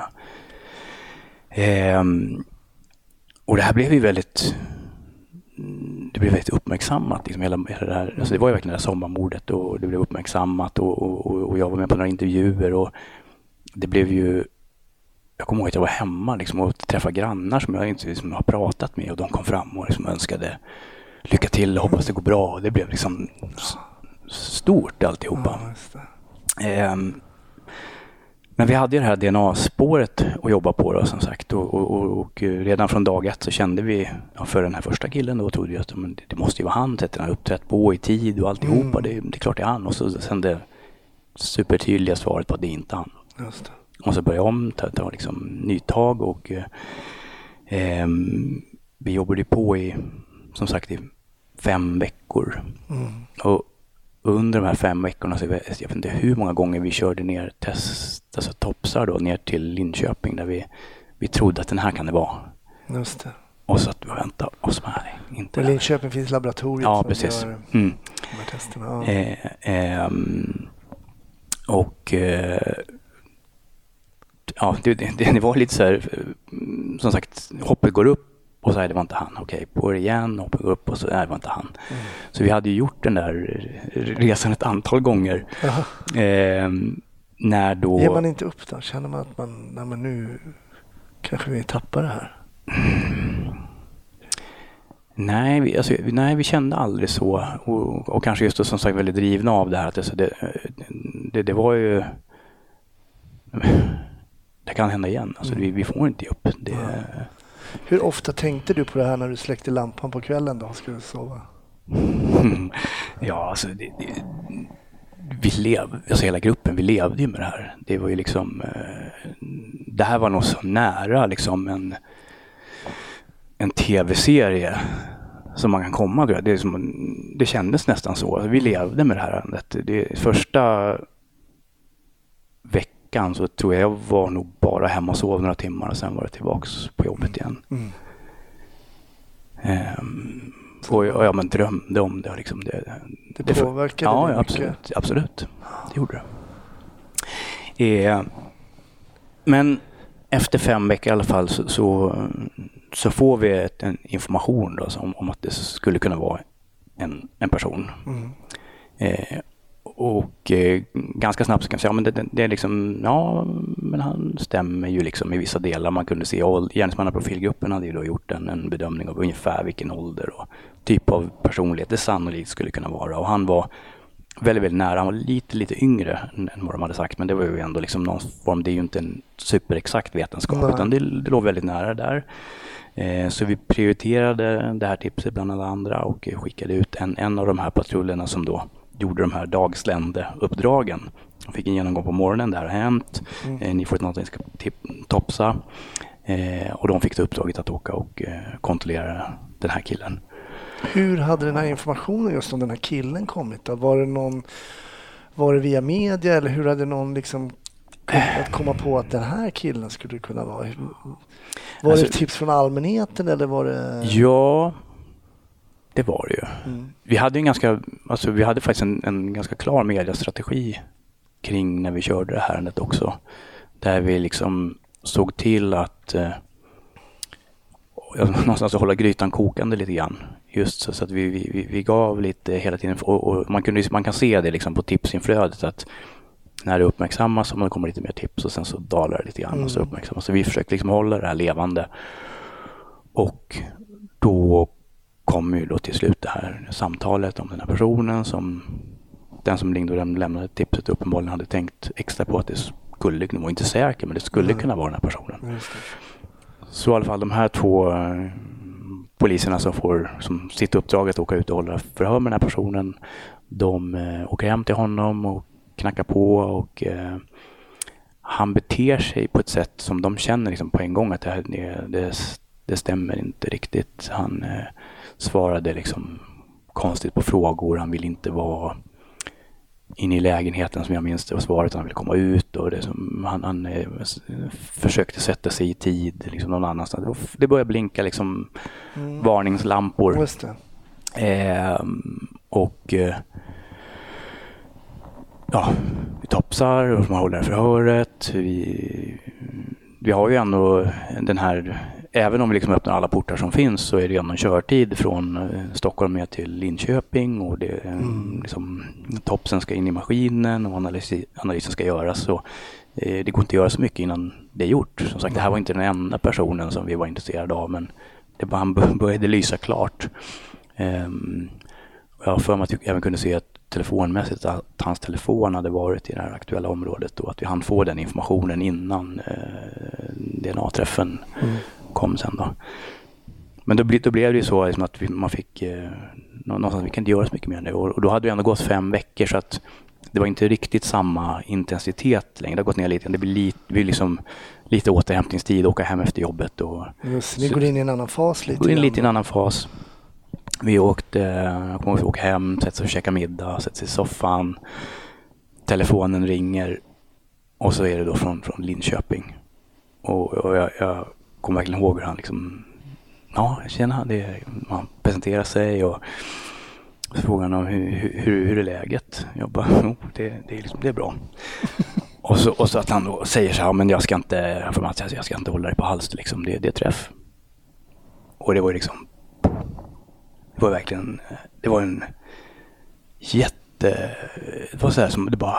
Ehm, och det här blev ju väldigt det blev väldigt uppmärksammat. Liksom hela, hela det, här, alltså det var ju verkligen det här sommarmordet och det blev uppmärksammat och, och, och jag var med på några intervjuer och det blev ju, jag kommer ihåg att jag var hemma liksom, och träffade grannar som jag inte liksom, har pratat med och de kom fram och liksom önskade lycka till och hoppas det går bra och det blev liksom s- stort alltihopa. Ja, just det. Ehm, men vi hade ju det här D N A-spåret att jobba på då, som sagt och, och, och, och redan från dag ett så kände vi ja, för den här första killen då trodde vi att men det, det måste ju vara han, sätter han uppträtt på i tid och alltihopa, Mm. det, det är klart det är han och så sen det supertydliga svaret på att det är inte han. Just det. Och så började jag om, ta, ta liksom nytag och eh, ehm, vi jobbade ju på i, som sagt, i fem veckor. Mm. Och under de här fem veckorna så jag vet, jag vet inte hur många gånger vi körde ner test, alltså topsar då, ner till Linköping där vi, vi trodde att den här kan det vara. Just det. Och så att vi väntade och så nej, inte I det. Linköping finns laboratoriet Ja, som precis. gör Mm. de här testerna. Ja. Eh, ehm, och eh, ja, det, det, det var lite så här, mm, som sagt, hoppet går upp och så här, det var inte han. Okej, på det igen, hoppet går upp och så, nej, det var inte han. Mm. Så vi hade ju gjort den där resan ett antal gånger. Jaha. Ehm, när då... Ger man inte upp då? Känner man att man, nej men nu kanske vi tappar det här? Nej, vi, alltså, nej, vi kände aldrig så. Och, och kanske just då, som sagt, väldigt drivna av det här. Att det, det, det, det var ju... Det kan hända igen. Alltså, vi, vi får inte ge upp. Det, Ja. Hur ofta tänkte du på det här när du släckte lampan på kvällen då? Skulle du sova? ja, alltså... Det, det, vi levde, alltså hela gruppen, vi levde ju med det här. Det var ju liksom... Eh, det här var nog så nära liksom en... en tv-serie som man kan komma till. Det, är som, det kändes nästan så. Vi levde med det här ärendet. Det, första veckan så tror jag jag var nog bara hemma och sov några timmar och sen var det tillbaks på jobbet igen. Mm. Ehm, och, och jag men drömde om det. Liksom det, Det det påverkade ja, dig ja, mycket? absolut, absolut. Det gjorde det. Ehm, men efter fem veckor i alla fall så, så, så får vi ett, en information då, som, om att det skulle kunna vara en, en person. Mm. Eh, och eh, ganska snabbt så kan jag säga, ja, men det, det, det är liksom, ja, men han stämmer ju liksom i vissa delar. Man kunde se, gärningsmannaprofilgruppen hade ju då gjort en, en bedömning av ungefär vilken ålder och typ av personlighet det sannolikt skulle kunna vara. Och han var väldigt, väldigt nära. Han var lite, lite yngre än, än vad de hade sagt. Men det var ju ändå liksom någon form, det är ju inte en superexakt vetenskap. Nej. Utan det, det låg väldigt nära där. Eh, så vi prioriterade det här tipset bland alla andra och skickade ut en, en av de här patrullerna som då gjorde de här dagslände-uppdragen. De fick en genomgång på morgonen, det här har hänt. Mm. Eh, ni får ett någonting ska tip- topsa. Eh, och de fick det uppdraget att åka och eh, kontrollera den här killen. Hur hade den här informationen just om den här killen kommit då? Var det någon, var det via media eller hur hade någon liksom att komma på att den här killen skulle kunna vara? Var Alltså- det tips från allmänheten eller var det... Ja, det var det ju. Mm. Vi hade en ganska, alltså vi hade faktiskt en, en ganska klar mediestrategi kring när vi körde det här ärendet också. Där vi liksom såg till att eh, någonstans hålla grytan kokande lite grann. Just så, så att vi, vi, vi gav lite hela tiden, och, och man, kunde, man kan se det liksom på tipsinflödet att när det uppmärksammas så kommer lite mer tips och sen så dalar det lite grann Mm. och så uppmärksammas. Så vi försökte liksom hålla det här levande. Och då kom ju då till slut det här samtalet om den här personen som den som ringde och lämnade tipset uppenbarligen hade tänkt extra på att det skulle, det var inte säker, men det skulle mm. kunna vara den här personen. Så i alla fall de här två eh, poliserna som får som sitt uppdrag att åka ut och hålla förhör med den här personen, de eh, åker hem till honom och knackar på och eh, han beter sig på ett sätt som de känner liksom på en gång att det, här, det, det, det stämmer inte riktigt. Han eh, svarade liksom konstigt på frågor, han vill inte vara inne i lägenheten som jag minns det var svaret, han ville komma ut och det som, han, han eh, försökte sätta sig i tid liksom någon annanstans. Det, det började blinka liksom mm. varningslampor. Just det. Eh, och eh, ja, vi topsar och man håller förhöret. Vi, vi har ju ändå den här, även om vi liksom öppnar alla portar som finns så är det ändå en körtid från Stockholm med till Linköping och det, mm. liksom, topsen ska in i maskinen och analysen, analysen ska göras så eh, det går inte att göra så mycket innan det är gjort. Som sagt, det här var inte den enda personen som vi var intresserade av men det bara, han började lysa klart. Um, jag har för mig att jag även kunde se att telefonmässigt att hans telefon hade varit i det här aktuella området och att vi hann få den informationen innan eh, D N A-träffen mm. kom sen då. Men då, då blev det ju så liksom att vi, man fick eh, någonstans, vi kan inte göra så mycket mer nu och, och då hade det ändå gått fem veckor så att det var inte riktigt samma intensitet längre. Det har gått ner lite, det blir lite, det blir liksom lite återhämtningstid, åka hem efter jobbet. Och, just, ni går in i en annan fas lite. Går in lite i en annan fas. Vi åkte, jag kommer ihåg att vi åkte hem, sätter sig och käkar middag, sätter sig i soffan. Telefonen ringer och så är det då från, från Linköping. Och, och jag, jag kommer verkligen ihåg hur han liksom, ja, tjena, det, man presenterar sig och så frågar han om hur, hur, hur är läget? Jag bara, jo, det, det, är liksom, det är bra. och, så, och så att han då säger så här, men jag ska inte, för att jag ska inte hålla dig på halsen, liksom, det, det är träff. Och det var liksom, det var verkligen, det var en jätte, det var så här som det bara,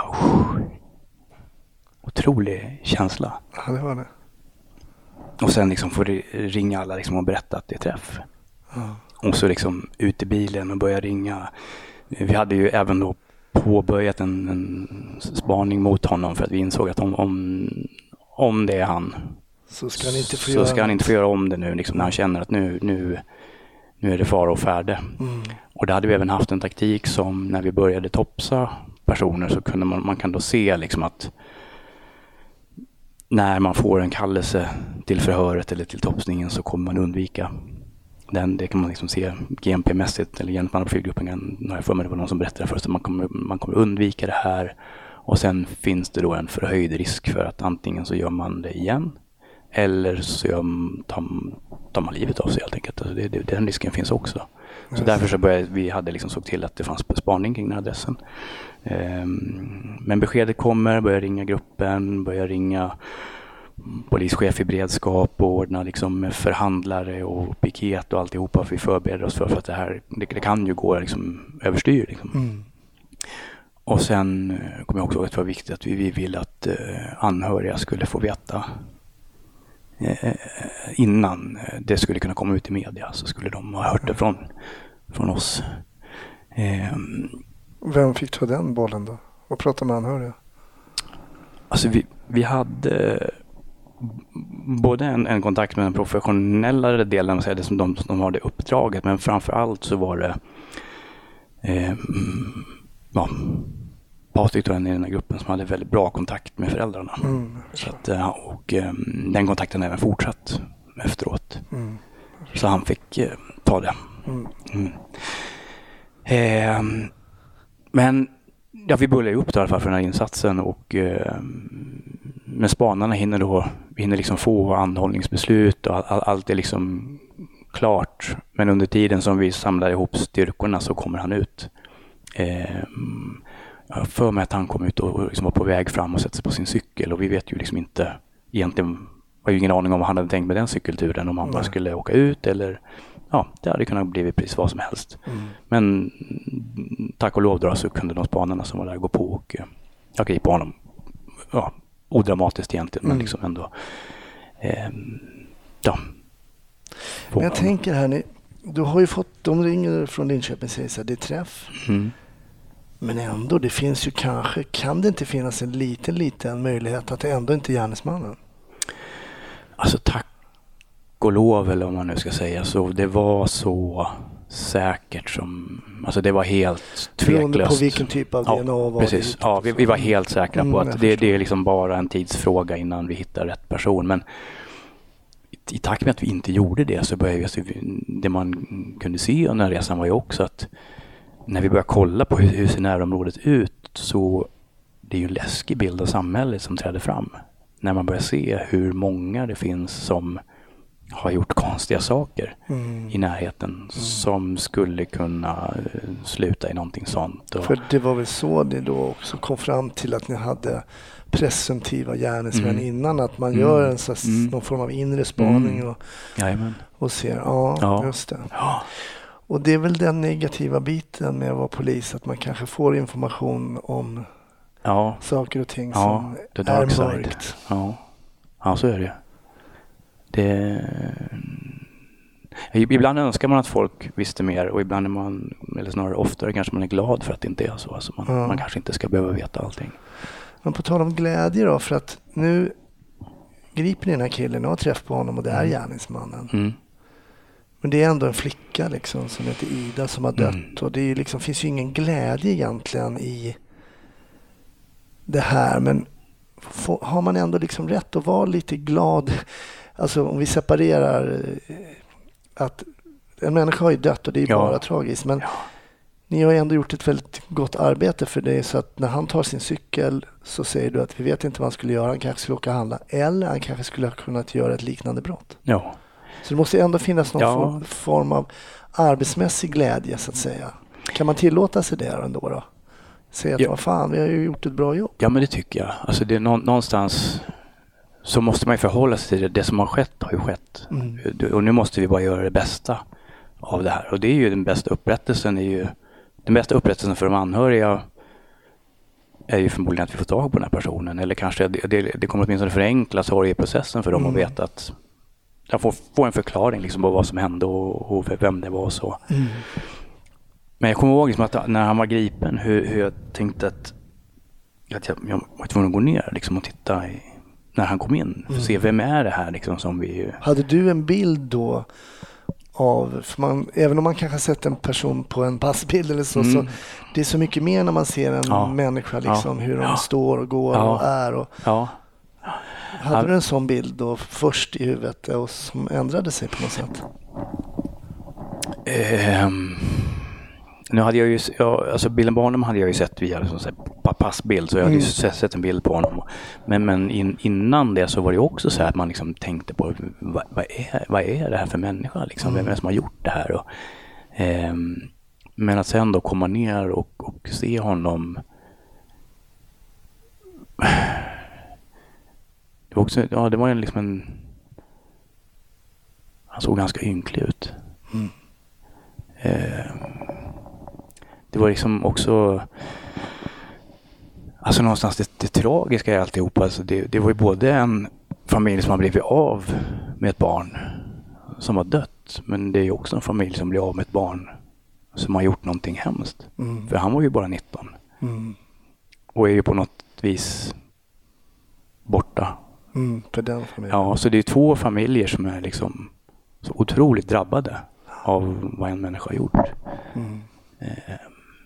otrolig känsla. Ja, det var det. Och sen liksom får det ringa alla liksom och berätta att det är träff. Ja. Och så liksom ut i bilen och börja ringa. Vi hade ju även då påbörjat en, en spaning mot honom för att vi insåg att om, om, om det är han så ska han inte få, så göra, ska han inte få göra om det nu liksom, när han känner att nu, nu, nu är det fara och färde. Mm. Och där hade vi även haft en taktik som när vi började topsa personer så kunde man, man kan då se liksom att när man får en kallelse till förhöret eller till topsningen så kommer man undvika den. Det kan man liksom se G M P-mässigt eller genmanprofilgruppen, när jag för mig det var någon som berättade för oss att man kommer, man kommer undvika det här. Och sen finns det då en förhöjd risk för att antingen så gör man det igen eller så gör man, tar, tar man livet av sig helt enkelt. Alltså det, det, den risken finns också. Så yes. Därför så började vi hade liksom såg till att det fanns spaning kring den adressen. Um, men beskedet kommer, börjar ringa gruppen, börjar ringa polischef i beredskap och ordna liksom förhandlare och piket och alltihopa för vi förbereder oss för, för att det här det, det kan ju gå liksom överstyr liksom. Mm. Och sen kommer jag också ihåg att det var viktigt att vi, vi vill att eh, anhöriga skulle få veta eh, innan det skulle kunna komma ut i media så skulle de ha hört det från, från oss. Eh, Vem fick ta den bollen då? Och prata med anhöriga? Alltså vi, vi hade både en, en kontakt med den professionella delen, det som de, de har det uppdraget, men framförallt så var det eh, ja, Patrik och en i den här gruppen som hade väldigt bra kontakt med föräldrarna. Mm, så att, och eh, den kontakten har även fortsatt efteråt. Mm, så han fick eh, ta det. Mm. Mm. Eh, men ja, vi började upp då i alla fall för den här insatsen och eh, med spanarna hinner då hinner liksom få anhållningsbeslut och all, allt är liksom klart. Men under tiden som vi samlar ihop styrkorna så kommer han ut. Eh, jag för mig att han kom ut och liksom var på väg fram och sätter sig på sin cykel och vi vet ju liksom inte egentligen, har ju ingen aning om vad han hade tänkt med den cykelturen, om han bara skulle åka ut eller ja, det hade kunnat bli precis vad som helst. Mm. Men tack och lov då så kunde de spanarna som var där gå på och jag gripa honom. Ja, odramatiskt egentligen, mm. men liksom ändå eh, ja. Men jag tänker här, ni, du har ju fått, de ringer från Linköping och säger så här, det är träff. Mm. Men ändå, det finns ju kanske, kan det inte finnas en liten, liten möjlighet att det ändå inte är gärningsmannen? Alltså tack och lov, eller om man nu ska säga så, det var så säkert som, alltså det var helt tveklöst. Beroende på vilken typ av D N A ja, var precis. Ja, vi, vi var helt säkra på mm, att det, det är liksom bara en tidsfråga innan vi hittar rätt person. Men i, i takt med att vi inte gjorde det så började vi, alltså, det man kunde se under resan var ju också att när vi började kolla på hur, hur ser närområdet ut, så det är ju en läskig bild av samhället som träder fram. När man börjar se hur många det finns som har gjort konstiga saker mm. i närheten mm. som skulle kunna sluta i någonting sånt. Och... För det var väl så det då också kom fram till att ni hade presumtiva gärningsmän mm. innan, att man mm. gör en så, mm. någon form av inre spaning och, och ser, ja, ja. just det. Ja. Och det är väl den negativa biten med att vara polis, att man kanske får information om ja. saker och ting ja, som är mörkt. Ja. ja, så är det. det. Ibland önskar man att folk visste mer, och ibland är man, eller snarare oftare kanske man är glad för att det inte är så. Alltså man, ja. man kanske inte ska behöva veta allting. Men på tal om glädje då, för att nu griper ni den här killen och har träff på honom och det är mm. gärningsmannen. Mm. Men det är ändå en flicka liksom, som heter Ida som har dött. Mm. Och det är liksom, finns ju ingen glädje egentligen i det här. Men får, har man ändå liksom rätt att vara lite glad? Alltså om vi separerar att en människa har ju dött och det är ja. bara tragiskt. Men ja. ni har ju ändå gjort ett väldigt gott arbete för det. Så att när han tar sin cykel så säger du att vi vet inte vad han skulle göra. Han kanske skulle åka och handla. Eller han kanske skulle ha kunnat göra ett liknande brott. Ja. Så det måste ändå finnas någon ja. form av arbetsmässig glädje så att säga. Kan man tillåta sig det ändå då? Säga att ja. vad fan, vi har ju gjort ett bra jobb. Ja, men det tycker jag. Alltså det är nå- någonstans så måste man ju förhålla sig till det. Det som har skett har ju skett. Mm. Och nu måste vi bara göra det bästa av det här. Och det är ju den bästa upprättelsen. Är ju, den bästa upprättelsen för de anhöriga är ju förmodligen att vi får tag på den här personen. Eller kanske det, det, det kommer åtminstone förenkla sorgeprocessen för dem mm. att veta att jag får få en förklaring liksom på vad som hände och, och vem det var och så. Mm. Men jag kommer ihåg liksom att när han var gripen hur, hur jag tänkte att, att jag, jag var tvungen att gå ner liksom och titta i, när han kom in. För att se vem är det här liksom som vi... Hade du en bild då av, för man, även om man kanske sett en person på en passbild eller så, mm. så det är så mycket mer när man ser en ja. människa liksom, ja. hur de ja. står och går ja. och är. Och, ja. Hade Han, du en sån bild då först i huvudet och som ändrade sig på något sätt? Um, nu hade jag ju, ja, alltså bilden på honom hade jag ju sett via liksom, så här, passbild, så jag hade mm. ju sett, sett en bild på honom. Men, men in, innan det så var det också så här att man liksom tänkte på vad, vad, är, vad är det här för människa? Liksom? Mm. Vem är det som har gjort det här? Och, um, men att sen då komma ner och, och se honom... Det var också, ja, det var en liksom en... Han såg ganska ynklig ut. Mm. Eh, det var liksom också... Alltså någonstans det, det tragiska i alltihop. Alltså det, det var ju både en familj som har blivit av med ett barn som har dött. Men det är ju också en familj som blir av med ett barn som har gjort någonting hemskt. Mm. För han var ju bara nitton. Mm. Och är ju på något vis borta. Mm, för den familjen. Ja, så det är två familjer som är liksom så otroligt drabbade av vad en människa har gjort. Mm. Eh,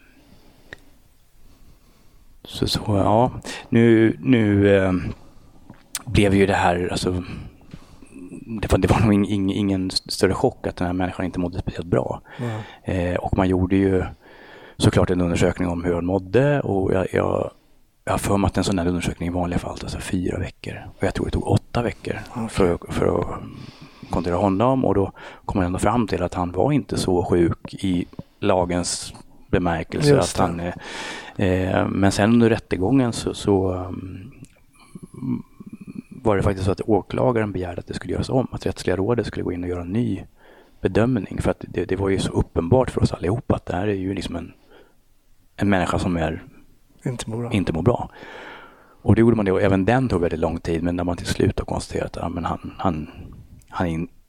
så, så ja, nu, nu eh, blev ju det här, alltså det var, det var nog ingen, ingen större chock att den här människan inte mådde speciellt bra. Mm. Eh, och man gjorde ju såklart en undersökning om hur han mådde, och jag, jag Jag har för mig att en sån här undersökning i vanliga fall alltså fyra veckor. Och jag tror det tog åtta veckor okay. för, för att kontrollera honom. Och då kom man ändå fram till att han var inte så sjuk i lagens bemärkelse. Att han, eh, men sen under rättegången så, så um, var det faktiskt så att åklagaren begärde att det skulle göras om. Att rättsliga rådet skulle gå in och göra en ny bedömning. För att det, det var ju så uppenbart för oss allihopa att det här är ju liksom en, en människa som är Inte mår bra. Inte mår bra. Och det gjorde man det, och även den tog väldigt lång tid, men när man till slut har konstaterat att ja, men han, han, han är in,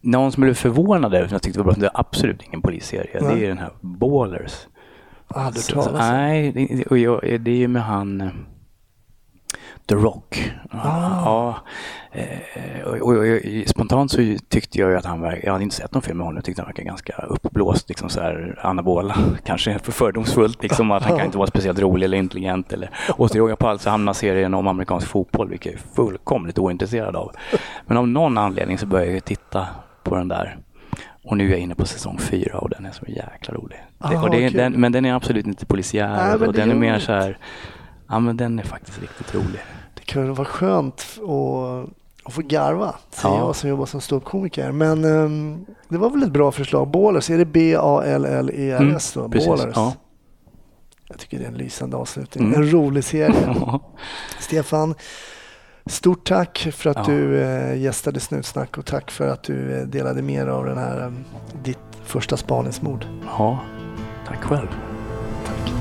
någon som blev förvånad över, som jag tyckte var bra, det är absolut ingen polisserie. Nej. Det är den här Ballers. Ah, du så, så, nej, det, och jag, det är ju med han The Rock. Ah. Ja, eh, och, och, och, spontant så tyckte jag ju att han var, jag hade inte sett någon film med honom, jag tyckte han verkade ganska uppblåst, liksom så här anabola, kanske för fördomsfullt, liksom att han kan inte vara speciellt rolig eller intelligent eller, och till råga på allt så hamnar serien om amerikansk fotboll, vilket jag är fullkomligt ointresserad av. Men av någon anledning så började jag ju titta på den där. Och nu är jag inne på säsong fyra och den är så jäkla rolig. Ah, det, och det är, okay. den, men den är absolut inte polisiär. Nej, och den är mer inte. så här, ja men den är faktiskt riktigt rolig. Det kan vara skönt att, att få garva, säger ja. jag som jobbar som ståuppkomiker. Men um, det var väl ett bra förslag. Ballers, är det B A L L E R S då? Mm, Ballers. Ja. Jag tycker det är en lysande avslutning. Mm. En rolig serie. Stefan, stort tack för att ja. du eh, gästade Snutsnack och tack för att du eh, delade med dig av den här, eh, ditt första spaningsmord. Ja, tack själv. Tack.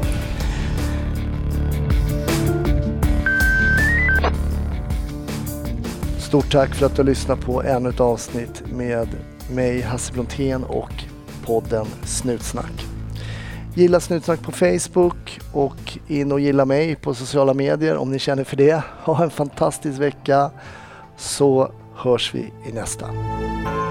Stort tack för att du har lyssnat på ännu ett avsnitt med mig, Hasse Brontén, och podden Snutsnack. Gilla Snutsnack på Facebook och in och gilla mig på sociala medier om ni känner för det. Ha en fantastisk vecka, så hörs vi i nästa.